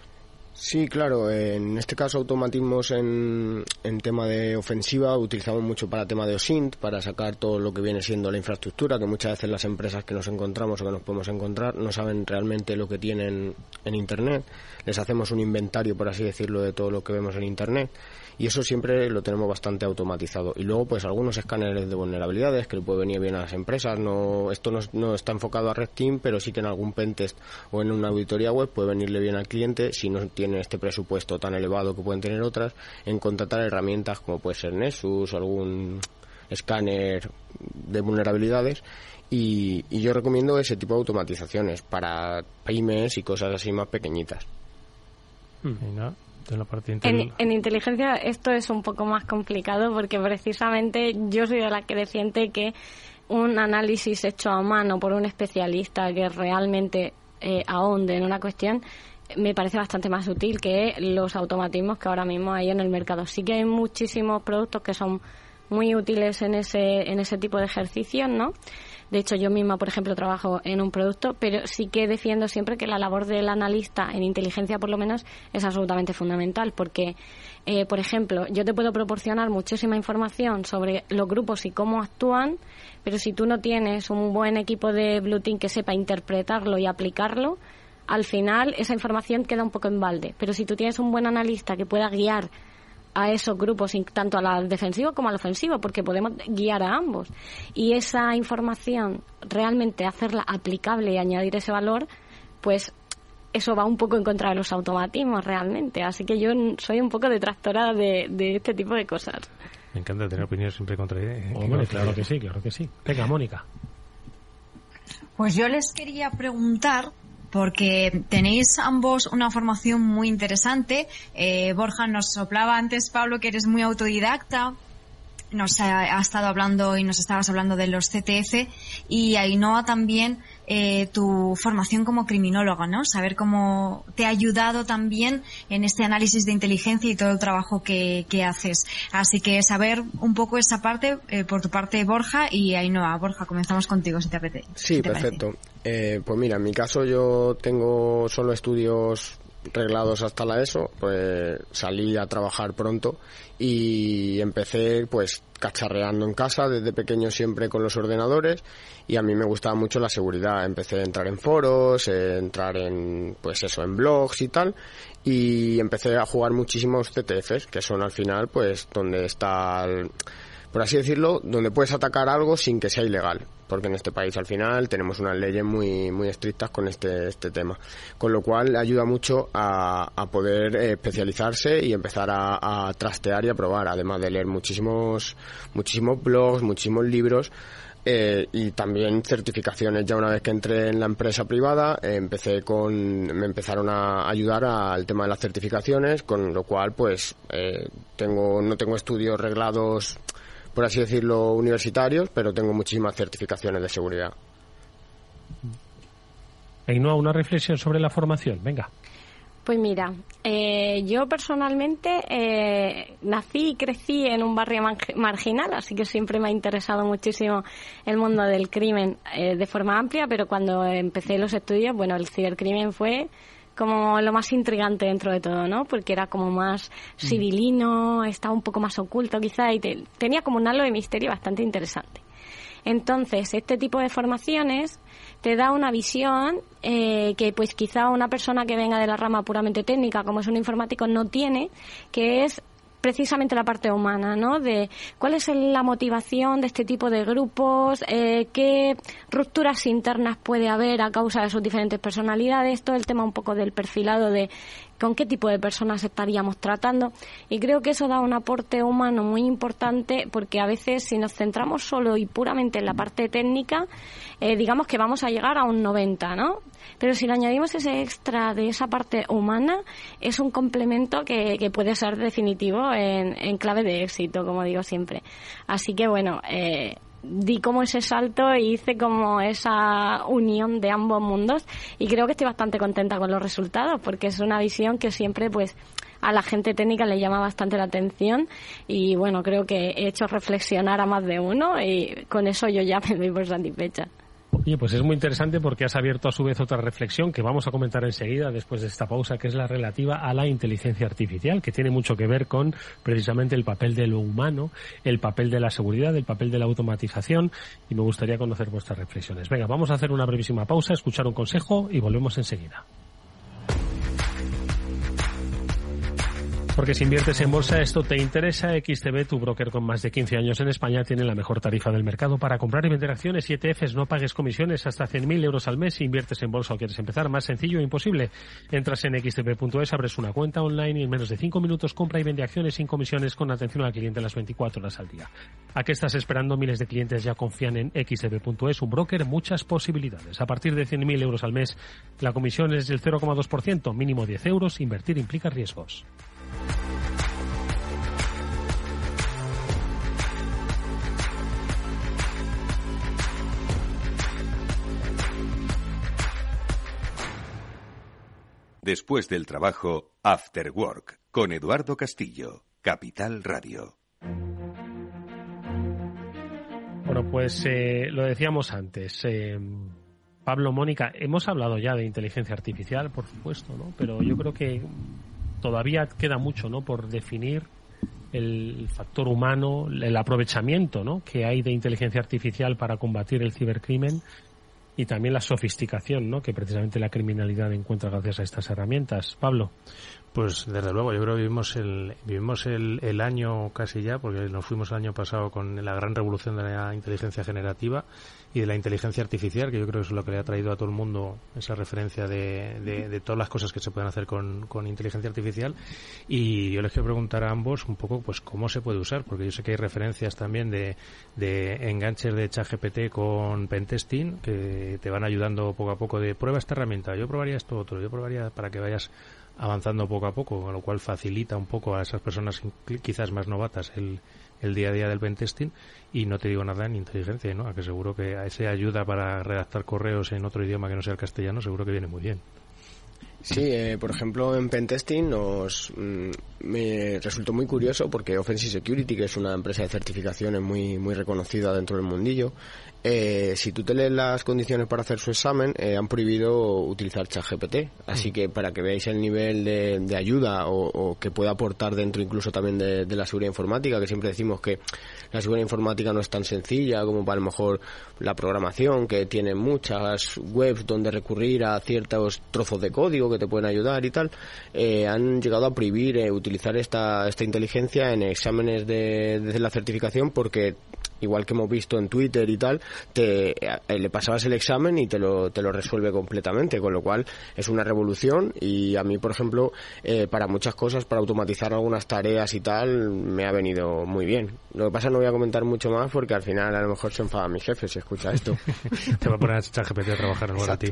Sí, claro, en este caso automatismos en tema de ofensiva utilizamos mucho para tema de OSINT, para sacar todo lo que viene siendo la infraestructura, que muchas veces las empresas que nos encontramos o que nos podemos encontrar no saben realmente lo que tienen en Internet. Les hacemos un inventario, por así decirlo, de todo lo que vemos en Internet, y eso siempre lo tenemos bastante automatizado. Y luego pues algunos escáneres de vulnerabilidades que le puede venir bien a las empresas. Esto no está enfocado a Red Team, pero sí que en algún pentest o en una auditoría web puede venirle bien al cliente, si no tiene este presupuesto tan elevado que pueden tener otras, en contratar herramientas como puede ser Nessus o algún escáner de vulnerabilidades. Y yo recomiendo ese tipo de automatizaciones para pymes y cosas así más pequeñitas. En inteligencia esto es un poco más complicado, porque precisamente yo soy de la que defiende que un análisis hecho a mano por un especialista que realmente ahonde en una cuestión me parece bastante más útil que los automatismos que ahora mismo hay en el mercado. Sí que hay muchísimos productos que son muy útiles en ese tipo de ejercicios, ¿no? De hecho, yo misma, por ejemplo, trabajo en un producto, pero sí que defiendo siempre que la labor del analista en inteligencia, por lo menos, es absolutamente fundamental, porque, por ejemplo, yo te puedo proporcionar muchísima información sobre los grupos y cómo actúan, pero si tú no tienes un buen equipo de Blue Team que sepa interpretarlo y aplicarlo, al final esa información queda un poco en balde. Pero si tú tienes un buen analista que pueda guiar a esos grupos, tanto a la defensiva como a la ofensiva, porque podemos guiar a ambos, y esa información realmente hacerla aplicable y añadir ese valor, pues eso va un poco en contra de los automatismos realmente. Así que yo soy un poco detractora de este tipo de cosas. Me encanta tener opiniones siempre contrarias. Hombre, claro que sí. Venga, Mónica. Pues yo les quería preguntar, porque tenéis ambos una formación muy interesante. Borja, nos soplaba antes, Pablo, que eres muy autodidacta. Nos ha estado hablando y nos estabas hablando de los CTF, y Ainhoa también tu formación como criminóloga, ¿no? Saber cómo te ha ayudado también en este análisis de inteligencia y todo el trabajo que haces. Así que saber un poco esa parte por tu parte, Borja y Ainhoa. Borja, comenzamos contigo, si te apetece. Sí, si te perfecto. Pues mira, en mi caso yo tengo solo estudios reglados hasta la ESO, pues salí a trabajar pronto y empecé pues cacharreando en casa desde pequeño, siempre con los ordenadores, y a mí me gustaba mucho la seguridad. Empecé a entrar en foros, entrar en pues eso, en blogs y tal, y empecé a jugar muchísimos CTFs, que son al final pues donde está por así decirlo, donde puedes atacar algo sin que sea ilegal, porque en este país al final tenemos unas leyes muy muy estrictas con este tema, con lo cual ayuda mucho a poder especializarse y empezar a trastear y a probar, además de leer muchísimos blogs, muchísimos libros. Y también certificaciones. Ya una vez que entré en la empresa privada me empezaron a ayudar al tema de las certificaciones, con lo cual pues no tengo estudios reglados, por así decirlo, universitarios, pero tengo muchísimas certificaciones de seguridad. Ainhoa, una reflexión sobre la formación, venga. Pues mira, yo personalmente nací y crecí en un barrio marginal, así que siempre me ha interesado muchísimo el mundo del crimen de forma amplia, pero cuando empecé los estudios, bueno, el cibercrimen fue como lo más intrigante dentro de todo, ¿no? Porque era como más civilino, estaba un poco más oculto quizá y tenía como un halo de misterio bastante interesante. Entonces, este tipo de formaciones te da una visión que pues quizá una persona que venga de la rama puramente técnica, como es un informático, no tiene, que es precisamente la parte humana, ¿no? De cuál es la motivación de este tipo de grupos, qué rupturas internas puede haber a causa de sus diferentes personalidades, todo el tema un poco del perfilado de con qué tipo de personas estaríamos tratando, y creo que eso da un aporte humano muy importante, porque a veces si nos centramos solo y puramente en la parte técnica, digamos que vamos a llegar a un 90, ¿no? Pero si le añadimos ese extra de esa parte humana, es un complemento que puede ser definitivo en clave de éxito, como digo siempre. Así que bueno, di como ese salto y hice como esa unión de ambos mundos, y creo que estoy bastante contenta con los resultados, porque es una visión que siempre pues a la gente técnica le llama bastante la atención, y bueno, creo que he hecho reflexionar a más de uno, y con eso yo ya me doy por satisfecha. Oye, pues es muy interesante porque has abierto a su vez otra reflexión que vamos a comentar enseguida después de esta pausa, que es la relativa a la inteligencia artificial, que tiene mucho que ver con precisamente el papel de lo humano, el papel de la seguridad, el papel de la automatización, y me gustaría conocer vuestras reflexiones. Venga, vamos a hacer una brevísima pausa, escuchar un consejo y volvemos enseguida. Porque si inviertes en bolsa, esto te interesa. XTB, tu broker con más de 15 años en España, tiene la mejor tarifa del mercado para comprar y vender acciones y ETFs. No pagues comisiones hasta 100.000 euros al mes. Si inviertes en bolsa o quieres empezar, más sencillo e imposible. Entras en xtb.es, abres una cuenta online y en menos de 5 minutos compra y vende acciones sin comisiones, con atención al cliente las 24 horas al día. ¿A qué estás esperando? Miles de clientes ya confían en xtb.es, un broker, muchas posibilidades. A partir de 100.000 euros al mes, la comisión es del 0,2%, mínimo 10 euros. Invertir implica riesgos. Después del trabajo, After Work, con Eduardo Castillo, Capital Radio. Bueno, pues lo decíamos antes, Pablo, Mónica, hemos hablado ya de inteligencia artificial, por supuesto, ¿no? Pero yo creo que todavía queda mucho, ¿no?, por definir el factor humano, el aprovechamiento, ¿no?, que hay de inteligencia artificial para combatir el cibercrimen, y también la sofisticación, ¿no?, que precisamente la criminalidad encuentra gracias a estas herramientas. Pablo. Pues desde luego, yo creo que vivimos el año casi ya, porque nos fuimos el año pasado con la gran revolución de la inteligencia generativa y de la inteligencia artificial, que yo creo que es lo que le ha traído a todo el mundo esa referencia de todas las cosas que se pueden hacer con inteligencia artificial. Y yo les quiero preguntar a ambos un poco pues cómo se puede usar, porque yo sé que hay referencias también de enganches de ChatGPT con pentesting que te van ayudando poco a poco de prueba esta herramienta, yo probaría esto otro, yo probaría, para que vayas avanzando poco a poco, con lo cual facilita un poco a esas personas quizás más novatas el día a día del pentesting. Y no te digo nada en inteligencia, ¿no? A que seguro que a esa ayuda para redactar correos en otro idioma que no sea el castellano seguro que viene muy bien. Sí, por ejemplo, en pentesting me resultó muy curioso porque Offensive Security, que es una empresa de certificaciones muy muy reconocida dentro del mundillo, si tú te lees las condiciones para hacer su examen, han prohibido utilizar ChatGPT. Así que para que veáis el nivel de ayuda o que puede aportar dentro incluso también de la seguridad informática, que siempre decimos que la seguridad informática no es tan sencilla como para a lo mejor la programación, que tiene muchas webs donde recurrir a ciertos trozos de código que te pueden ayudar y tal, han llegado a prohibir utilizar esta inteligencia en exámenes de la certificación, porque igual que hemos visto en Twitter y tal, le pasabas el examen y te lo resuelve completamente, con lo cual es una revolución. Y a mí, por ejemplo, para muchas cosas, para automatizar algunas tareas y tal, me ha venido muy bien. Lo que pasa, no voy a comentar mucho más porque al final a lo mejor se enfada mi jefe si escucha esto. Te va a poner a ChatGPT a trabajar en lugar a ti.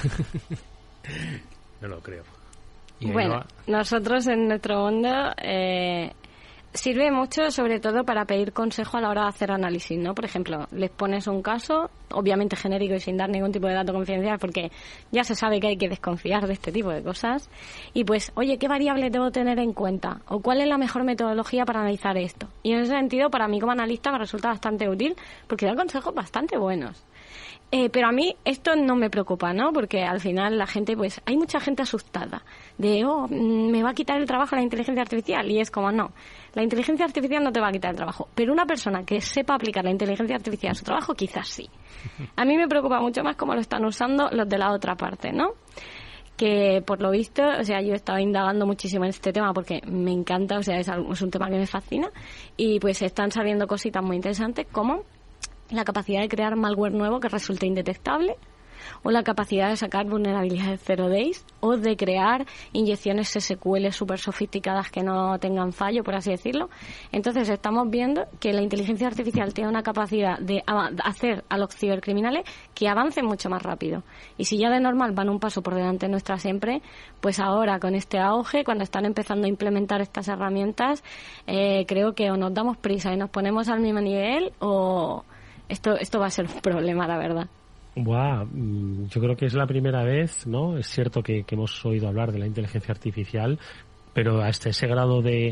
No lo creo. Bueno, nosotros en nuestro mundo sirve mucho, sobre todo para pedir consejo a la hora de hacer análisis, ¿no? Por ejemplo, les pones un caso, obviamente genérico y sin dar ningún tipo de dato confidencial, porque ya se sabe que hay que desconfiar de este tipo de cosas. Y pues, oye, ¿qué variable debo tener en cuenta? ¿O cuál es la mejor metodología para analizar esto? Y en ese sentido, para mí como analista me resulta bastante útil, porque da consejos bastante buenos. Pero a mí esto no me preocupa, ¿no? Porque al final la gente, pues, hay mucha gente asustada de, me va a quitar el trabajo la inteligencia artificial. Y es como, no, la inteligencia artificial no te va a quitar el trabajo. Pero una persona que sepa aplicar la inteligencia artificial a su trabajo, quizás sí. A mí me preocupa mucho más cómo lo están usando los de la otra parte, ¿no? Que por lo visto, o sea, yo he estado indagando muchísimo en este tema porque me encanta, o sea, es un tema que me fascina. Y pues están saliendo cositas muy interesantes como la capacidad de crear malware nuevo que resulte indetectable, o la capacidad de sacar vulnerabilidades 0 days, o de crear inyecciones SQL súper sofisticadas que no tengan fallo, por así decirlo. Entonces estamos viendo que la inteligencia artificial tiene una capacidad de hacer a los cibercriminales que avancen mucho más rápido. Y si ya de normal van un paso por delante nuestra siempre, pues ahora con este auge, cuando están empezando a implementar estas herramientas, creo que o nos damos prisa y nos ponemos al mismo nivel, o esto va a ser un problema, la verdad. Yo creo que es la primera vez, ¿no? Es cierto que hemos oído hablar de la inteligencia artificial, pero hasta ese grado de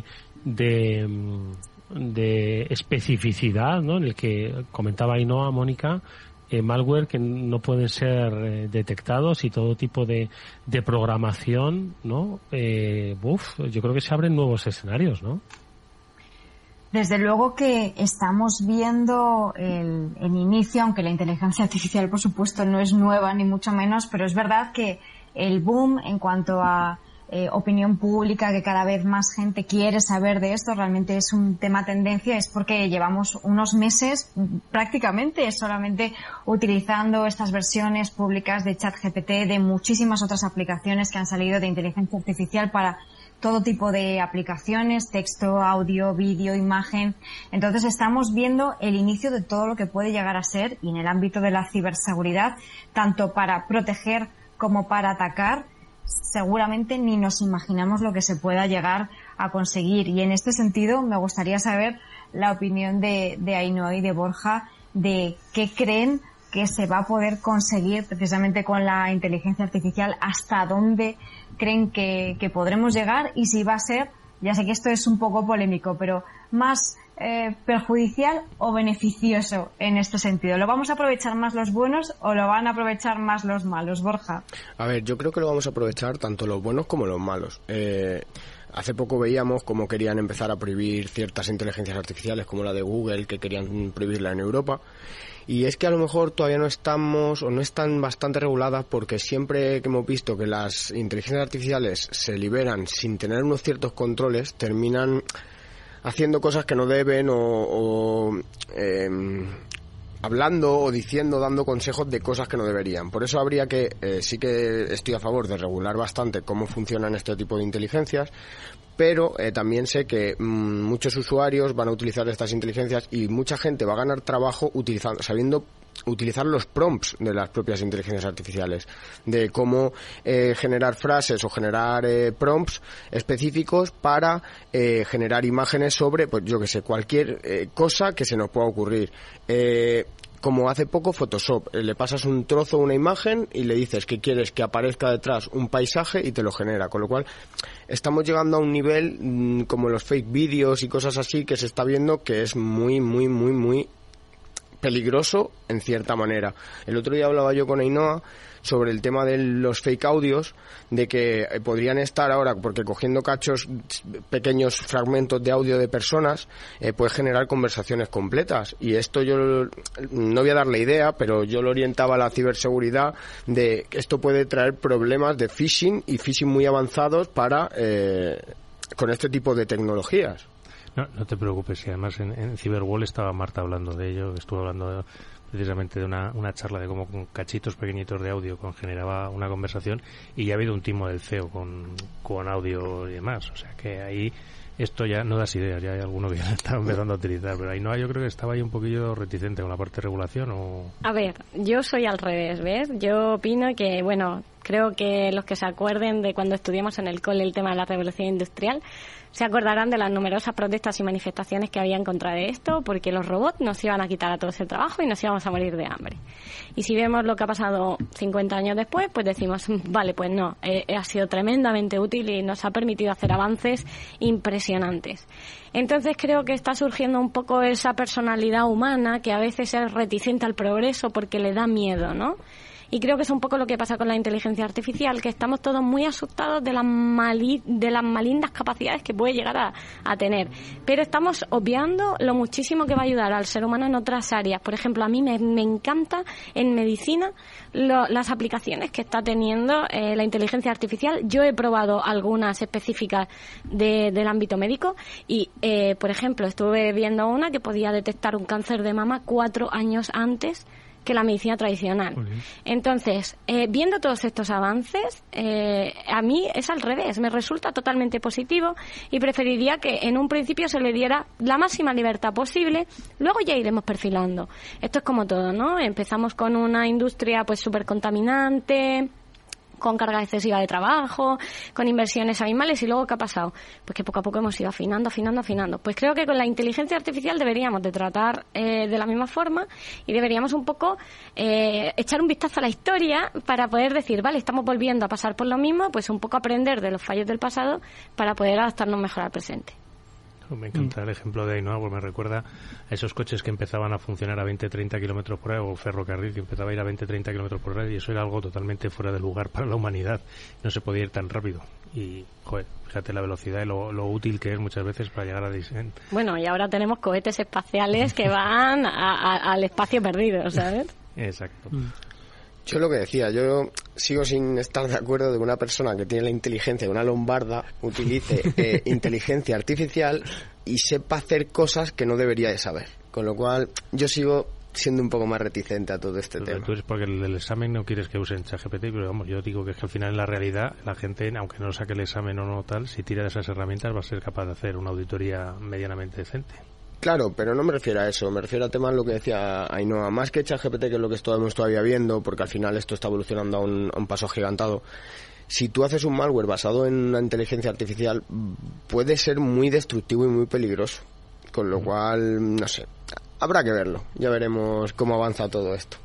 especificidad, ¿no? En el que comentaba Ainhoa, Mónica, malware que no pueden ser detectados y todo tipo de programación, ¿no? Yo creo que se abren nuevos escenarios, ¿no? Desde luego que estamos viendo el inicio, aunque la inteligencia artificial, por supuesto, no es nueva ni mucho menos, pero es verdad que el boom en cuanto a opinión pública, que cada vez más gente quiere saber de esto, realmente es un tema tendencia, es porque llevamos unos meses prácticamente solamente utilizando estas versiones públicas de ChatGPT, de muchísimas otras aplicaciones que han salido de inteligencia artificial para todo tipo de aplicaciones, texto, audio, vídeo, imagen. Entonces estamos viendo el inicio de todo lo que puede llegar a ser, y en el ámbito de la ciberseguridad, tanto para proteger como para atacar, seguramente ni nos imaginamos lo que se pueda llegar a conseguir. Y en este sentido me gustaría saber la opinión de Ainhoa y de Borja de qué creen que se va a poder conseguir precisamente con la inteligencia artificial, hasta dónde creen que podremos llegar, y si va a ser, ya sé que esto es un poco polémico, pero más perjudicial o beneficioso en este sentido. ¿Lo vamos a aprovechar más los buenos o lo van a aprovechar más los malos, Borja? A ver, yo creo que lo vamos a aprovechar tanto los buenos como los malos. Hace poco veíamos cómo querían empezar a prohibir ciertas inteligencias artificiales, como la de Google, que querían prohibirla en Europa. Y es que a lo mejor todavía no estamos o no están bastante reguladas, porque siempre que hemos visto que las inteligencias artificiales se liberan sin tener unos ciertos controles, terminan haciendo cosas que no deben o hablando o diciendo, dando consejos de cosas que no deberían. Por eso habría que, sí que estoy a favor de regular bastante cómo funcionan este tipo de inteligencias, pero también sé que muchos usuarios van a utilizar estas inteligencias y mucha gente va a ganar trabajo sabiendo utilizar los prompts de las propias inteligencias artificiales, de cómo generar frases o generar prompts específicos para generar imágenes sobre, pues yo que sé, cualquier cosa que se nos pueda ocurrir. Como hace poco Photoshop, le pasas un trozo, una imagen, y le dices que quieres que aparezca detrás un paisaje y te lo genera, con lo cual estamos llegando a un nivel como los fake vídeos y cosas así, que se está viendo que es muy, muy, muy, muy peligroso en cierta manera. El otro día hablaba yo con Ainhoa sobre el tema de los fake audios, de que podrían estar ahora, porque cogiendo pequeños fragmentos de audio de personas, puede generar conversaciones completas. Y esto yo no voy a darle idea, pero yo lo orientaba a la ciberseguridad, de que esto puede traer problemas de phishing y phishing muy avanzados con este tipo de tecnologías. No te preocupes, y además en Cyberwall estaba Marta hablando de ello, estuvo hablando precisamente de una charla de cómo con cachitos pequeñitos de audio generaba una conversación, y ya ha habido un timo del CEO con audio y demás, o sea que ahí esto ya no das ideas, ya hay alguno que ya está empezando a utilizar, pero Ainhoa yo creo que estaba ahí un poquillo reticente con la parte de regulación. A ver, yo soy al revés, ¿ves? Yo opino que, bueno, creo que los que se acuerden de cuando estudiamos en el cole el tema de la revolución industrial se acordarán de las numerosas protestas y manifestaciones que había en contra de esto, porque los robots nos iban a quitar a todos el trabajo y nos íbamos a morir de hambre. Y si vemos lo que ha pasado 50 años después, pues decimos, vale, pues no, ha sido tremendamente útil y nos ha permitido hacer avances impresionantes. Entonces creo que está surgiendo un poco esa personalidad humana que a veces es reticente al progreso porque le da miedo, ¿no? Y creo que es un poco lo que pasa con la inteligencia artificial, que estamos todos muy asustados de las malignas capacidades que puede llegar a tener. Pero estamos obviando lo muchísimo que va a ayudar al ser humano en otras áreas. Por ejemplo, a mí me encanta en medicina las aplicaciones que está teniendo la inteligencia artificial. Yo he probado algunas específicas del ámbito médico y, por ejemplo, estuve viendo una que podía detectar un cáncer de mama 4 años antes que la medicina tradicional. Entonces, viendo todos estos avances, a mí es al revés, me resulta totalmente positivo y preferiría que en un principio se le diera la máxima libertad posible, luego ya iremos perfilando. Esto es como todo, ¿no? Empezamos con una industria pues súper contaminante, con carga excesiva de trabajo, con inversiones abismales, y luego ¿qué ha pasado? Pues que poco a poco hemos ido afinando. Pues creo que con la inteligencia artificial deberíamos de tratar de la misma forma y deberíamos un poco echar un vistazo a la historia para poder decir, vale, estamos volviendo a pasar por lo mismo, pues un poco aprender de los fallos del pasado para poder adaptarnos mejor al presente. Me encanta el ejemplo de Ainhoa, porque me recuerda a esos coches que empezaban a funcionar a 20-30 kilómetros por hora, o ferrocarril que empezaba a ir a 20-30 kilómetros por hora, y eso era algo totalmente fuera de lugar para la humanidad. No se podía ir tan rápido. Y, joder, fíjate la velocidad y lo útil que es muchas veces para llegar a diseño. Bueno, y ahora tenemos cohetes espaciales que van al espacio perdido, ¿sabes? Exacto. Yo lo que decía, yo sigo sin estar de acuerdo de que una persona que tiene la inteligencia de una lombarda utilice inteligencia artificial y sepa hacer cosas que no debería de saber. Con lo cual, yo sigo siendo un poco más reticente a todo este tema. Tú eres porque el examen no quieres que usen ChatGPT, pero vamos, yo digo que es que al final en la realidad la gente, aunque no saque el examen o no tal, si tira de esas herramientas va a ser capaz de hacer una auditoría medianamente decente. Claro, pero no me refiero a eso, me refiero a temas lo que decía Ainhoa, más que ChatGPT, que es lo que estamos todavía viendo, porque al final esto está evolucionando a un paso agigantado. Si tú haces un malware basado en una inteligencia artificial, puede ser muy destructivo y muy peligroso, con lo cual, no sé, habrá que verlo, ya veremos cómo avanza todo esto.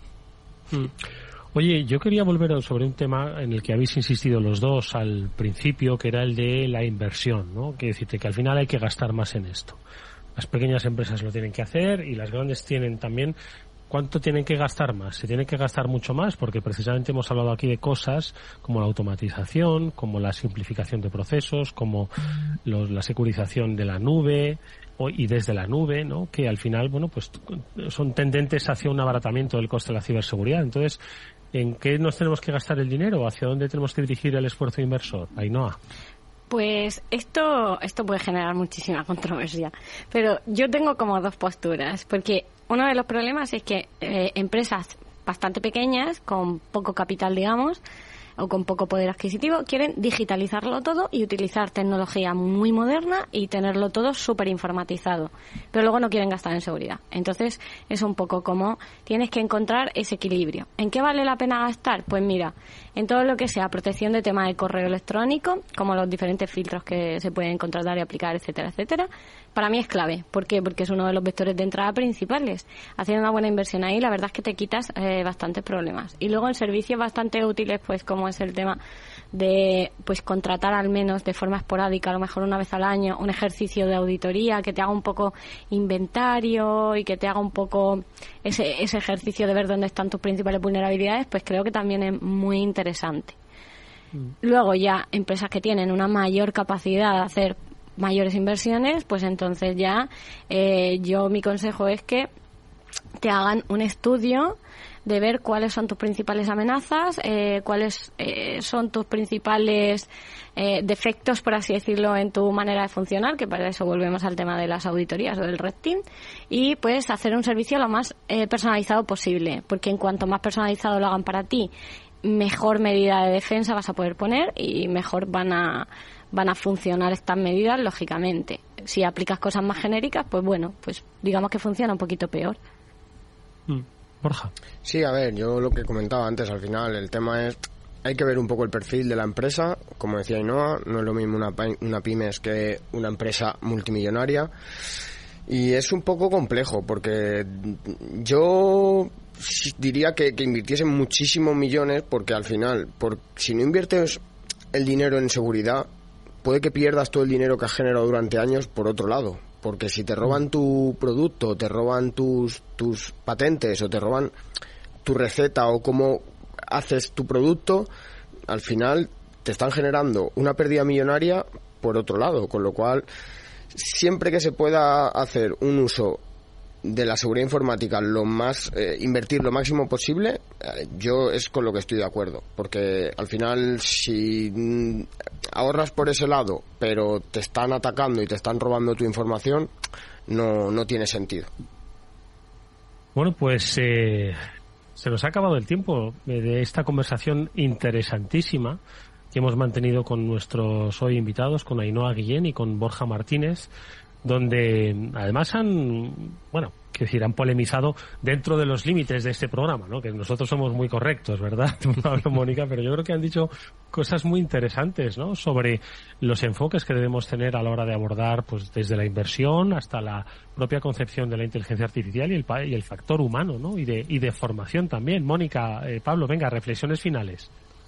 Oye, yo quería volver sobre un tema en el que habéis insistido los dos al principio, que era el de la inversión, ¿no? Quiero decirte que al final hay que gastar más en esto. Las pequeñas empresas lo tienen que hacer y las grandes tienen también. ¿Cuánto tienen que gastar más? Se tienen que gastar mucho más porque precisamente hemos hablado aquí de cosas como la automatización, como la simplificación de procesos, como la securización de la nube y desde la nube, ¿no? Que al final, bueno, pues son tendentes hacia un abaratamiento del coste de la ciberseguridad. Entonces, ¿en qué nos tenemos que gastar el dinero? ¿Hacia dónde tenemos que dirigir el esfuerzo inversor? Ainhoa. Pues esto puede generar muchísima controversia, pero yo tengo como dos posturas, porque uno de los problemas es que empresas bastante pequeñas, con poco capital, digamos, o con poco poder adquisitivo, quieren digitalizarlo todo y utilizar tecnología muy moderna y tenerlo todo súper informatizado, pero luego no quieren gastar en seguridad. Entonces es un poco como tienes que encontrar ese equilibrio. ¿En qué vale la pena gastar? Pues mira, en todo lo que sea protección de tema de correo electrónico, como los diferentes filtros que se pueden contratar y aplicar, etcétera, etcétera, para mí es clave. ¿Por qué? Porque es uno de los vectores de entrada principales. Haciendo una buena inversión ahí, la verdad es que te quitas bastantes problemas. Y luego en servicios bastante útiles, pues como es el tema de pues contratar al menos de forma esporádica, a lo mejor una vez al año, un ejercicio de auditoría que te haga un poco inventario y que te haga un poco ese ejercicio de ver dónde están tus principales vulnerabilidades, pues creo que también es muy interesante. Luego ya empresas que tienen una mayor capacidad de hacer mayores inversiones, pues entonces ya mi consejo es que te hagan un estudio de ver cuáles son tus principales amenazas, cuáles son tus principales defectos, por así decirlo, en tu manera de funcionar, que para eso volvemos al tema de las auditorías o del Red Team, y puedes hacer un servicio lo más personalizado posible, porque en cuanto más personalizado lo hagan para ti, mejor medida de defensa vas a poder poner y mejor van a funcionar estas medidas, lógicamente. Si aplicas cosas más genéricas, pues bueno, pues digamos que funciona un poquito peor. Borja. Sí, a ver, yo lo que comentaba antes, al final, el tema es, hay que ver un poco el perfil de la empresa. Como decía Ainhoa, no es lo mismo una pymes que una empresa multimillonaria. Y es un poco complejo, porque yo diría que invirtiesen muchísimos millones, porque al final, si no inviertes el dinero en seguridad, puede que pierdas todo el dinero que has generado durante años por otro lado. Porque si te roban tu producto, te roban tus patentes o te roban tu receta o cómo haces tu producto, al final te están generando una pérdida millonaria por otro lado. Con lo cual, siempre que se pueda hacer un uso de la seguridad informática, invertir lo máximo posible, yo es con lo que estoy de acuerdo, porque al final si ahorras por ese lado pero te están atacando y te están robando tu información, no tiene sentido. Bueno, pues se nos ha acabado el tiempo de esta conversación interesantísima que hemos mantenido con nuestros hoy invitados, con Ainhoa Guillén y con Borja Martínez, donde además han polemizado dentro de los límites de este programa, ¿no? Que nosotros somos muy correctos, ¿verdad, Pablo, Mónica? Pero yo creo que han dicho cosas muy interesantes, ¿no? Sobre los enfoques que debemos tener a la hora de abordar, pues desde la inversión hasta la propia concepción de la inteligencia artificial y el factor humano, ¿no? Y de formación también. Mónica, Pablo, venga, reflexiones finales.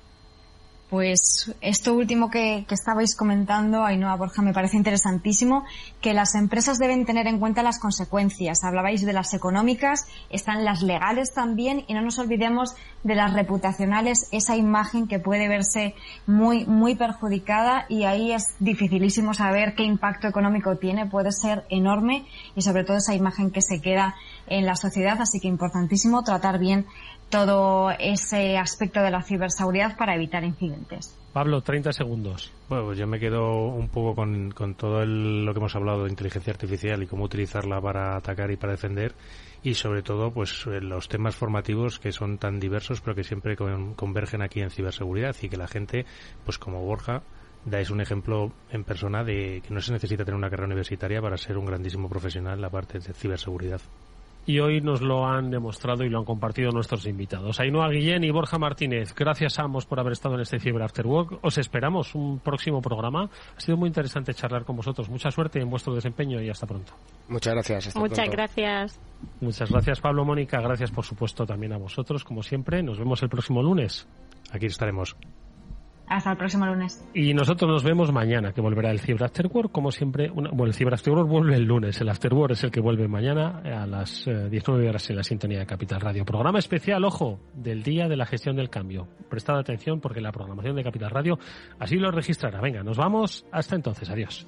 Pues esto último que estabais comentando, Ainhoa, Borja, me parece interesantísimo, que las empresas deben tener en cuenta las consecuencias. Hablabais de las económicas, están las legales también, y no nos olvidemos de las reputacionales, esa imagen que puede verse muy, muy perjudicada, y ahí es dificilísimo saber qué impacto económico tiene, puede ser enorme, y sobre todo esa imagen que se queda en la sociedad, así que importantísimo tratar bien todo ese aspecto de la ciberseguridad para evitar incidentes. Pablo, 30 segundos. Bueno, pues yo me quedo un poco con todo lo que hemos hablado de inteligencia artificial y cómo utilizarla para atacar y para defender, y sobre todo pues los temas formativos que son tan diversos pero que siempre convergen aquí en ciberseguridad, y que la gente, pues como Borja, dais un ejemplo en persona de que no se necesita tener una carrera universitaria para ser un grandísimo profesional en la parte de ciberseguridad. Y hoy nos lo han demostrado y lo han compartido nuestros invitados. Ainhoa Guillén y Borja Martínez, gracias a ambos por haber estado en este Cyber After Work. Os esperamos un próximo programa. Ha sido muy interesante charlar con vosotros. Mucha suerte en vuestro desempeño y hasta pronto. Muchas gracias. Hasta Muchas pronto. Gracias. Muchas gracias, Pablo, Mónica. Gracias, por supuesto, también a vosotros, como siempre. Nos vemos el próximo lunes. Aquí estaremos. Hasta el próximo lunes. Y nosotros nos vemos mañana, que volverá el Cyber After Work, como siempre. El Cyber After Work vuelve el lunes, el After Work es el que vuelve mañana a las 19 horas en la sintonía de Capital Radio. Programa especial, ojo, del Día de la Gestión del Cambio. Prestad atención porque la programación de Capital Radio así lo registrará. Venga, nos vamos. Hasta entonces. Adiós.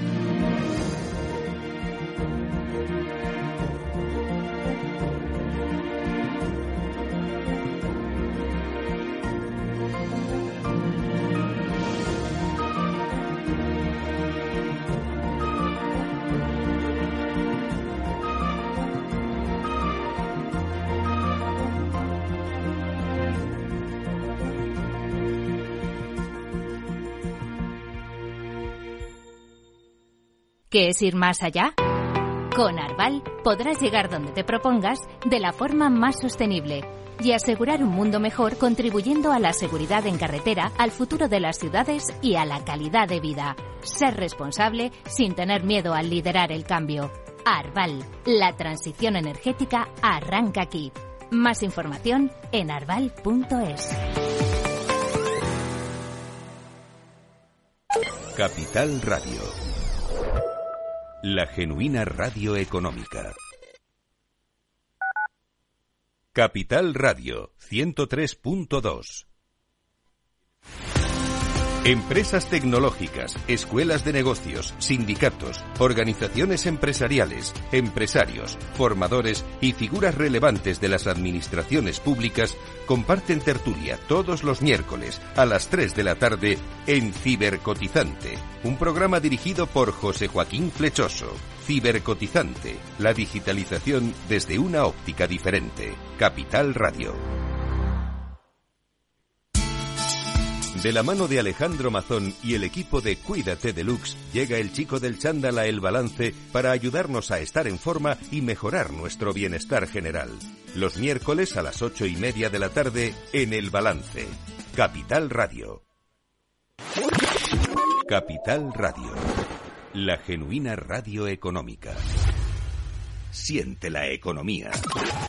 ¿Qué es ir más allá? Con Arval podrás llegar donde te propongas de la forma más sostenible y asegurar un mundo mejor, contribuyendo a la seguridad en carretera, al futuro de las ciudades y a la calidad de vida. Ser responsable sin tener miedo al liderar el cambio. Arval, la transición energética arranca aquí. Más información en arval.es. Capital Radio. La genuina radio económica. Capital Radio 103.2. Empresas tecnológicas, escuelas de negocios, sindicatos, organizaciones empresariales, empresarios, formadores y figuras relevantes de las administraciones públicas comparten tertulia todos los miércoles a las 3 de la tarde en Cibercotizante, un programa dirigido por José Joaquín Flechoso. Cibercotizante, la digitalización desde una óptica diferente. Capital Radio. De la mano de Alejandro Mazón y el equipo de Cuídate Deluxe, llega el chico del chándal a El Balance para ayudarnos a estar en forma y mejorar nuestro bienestar general. Los miércoles a las 8:30 de la tarde en El Balance. Capital Radio. Capital Radio. La genuina radio económica. Siente la economía.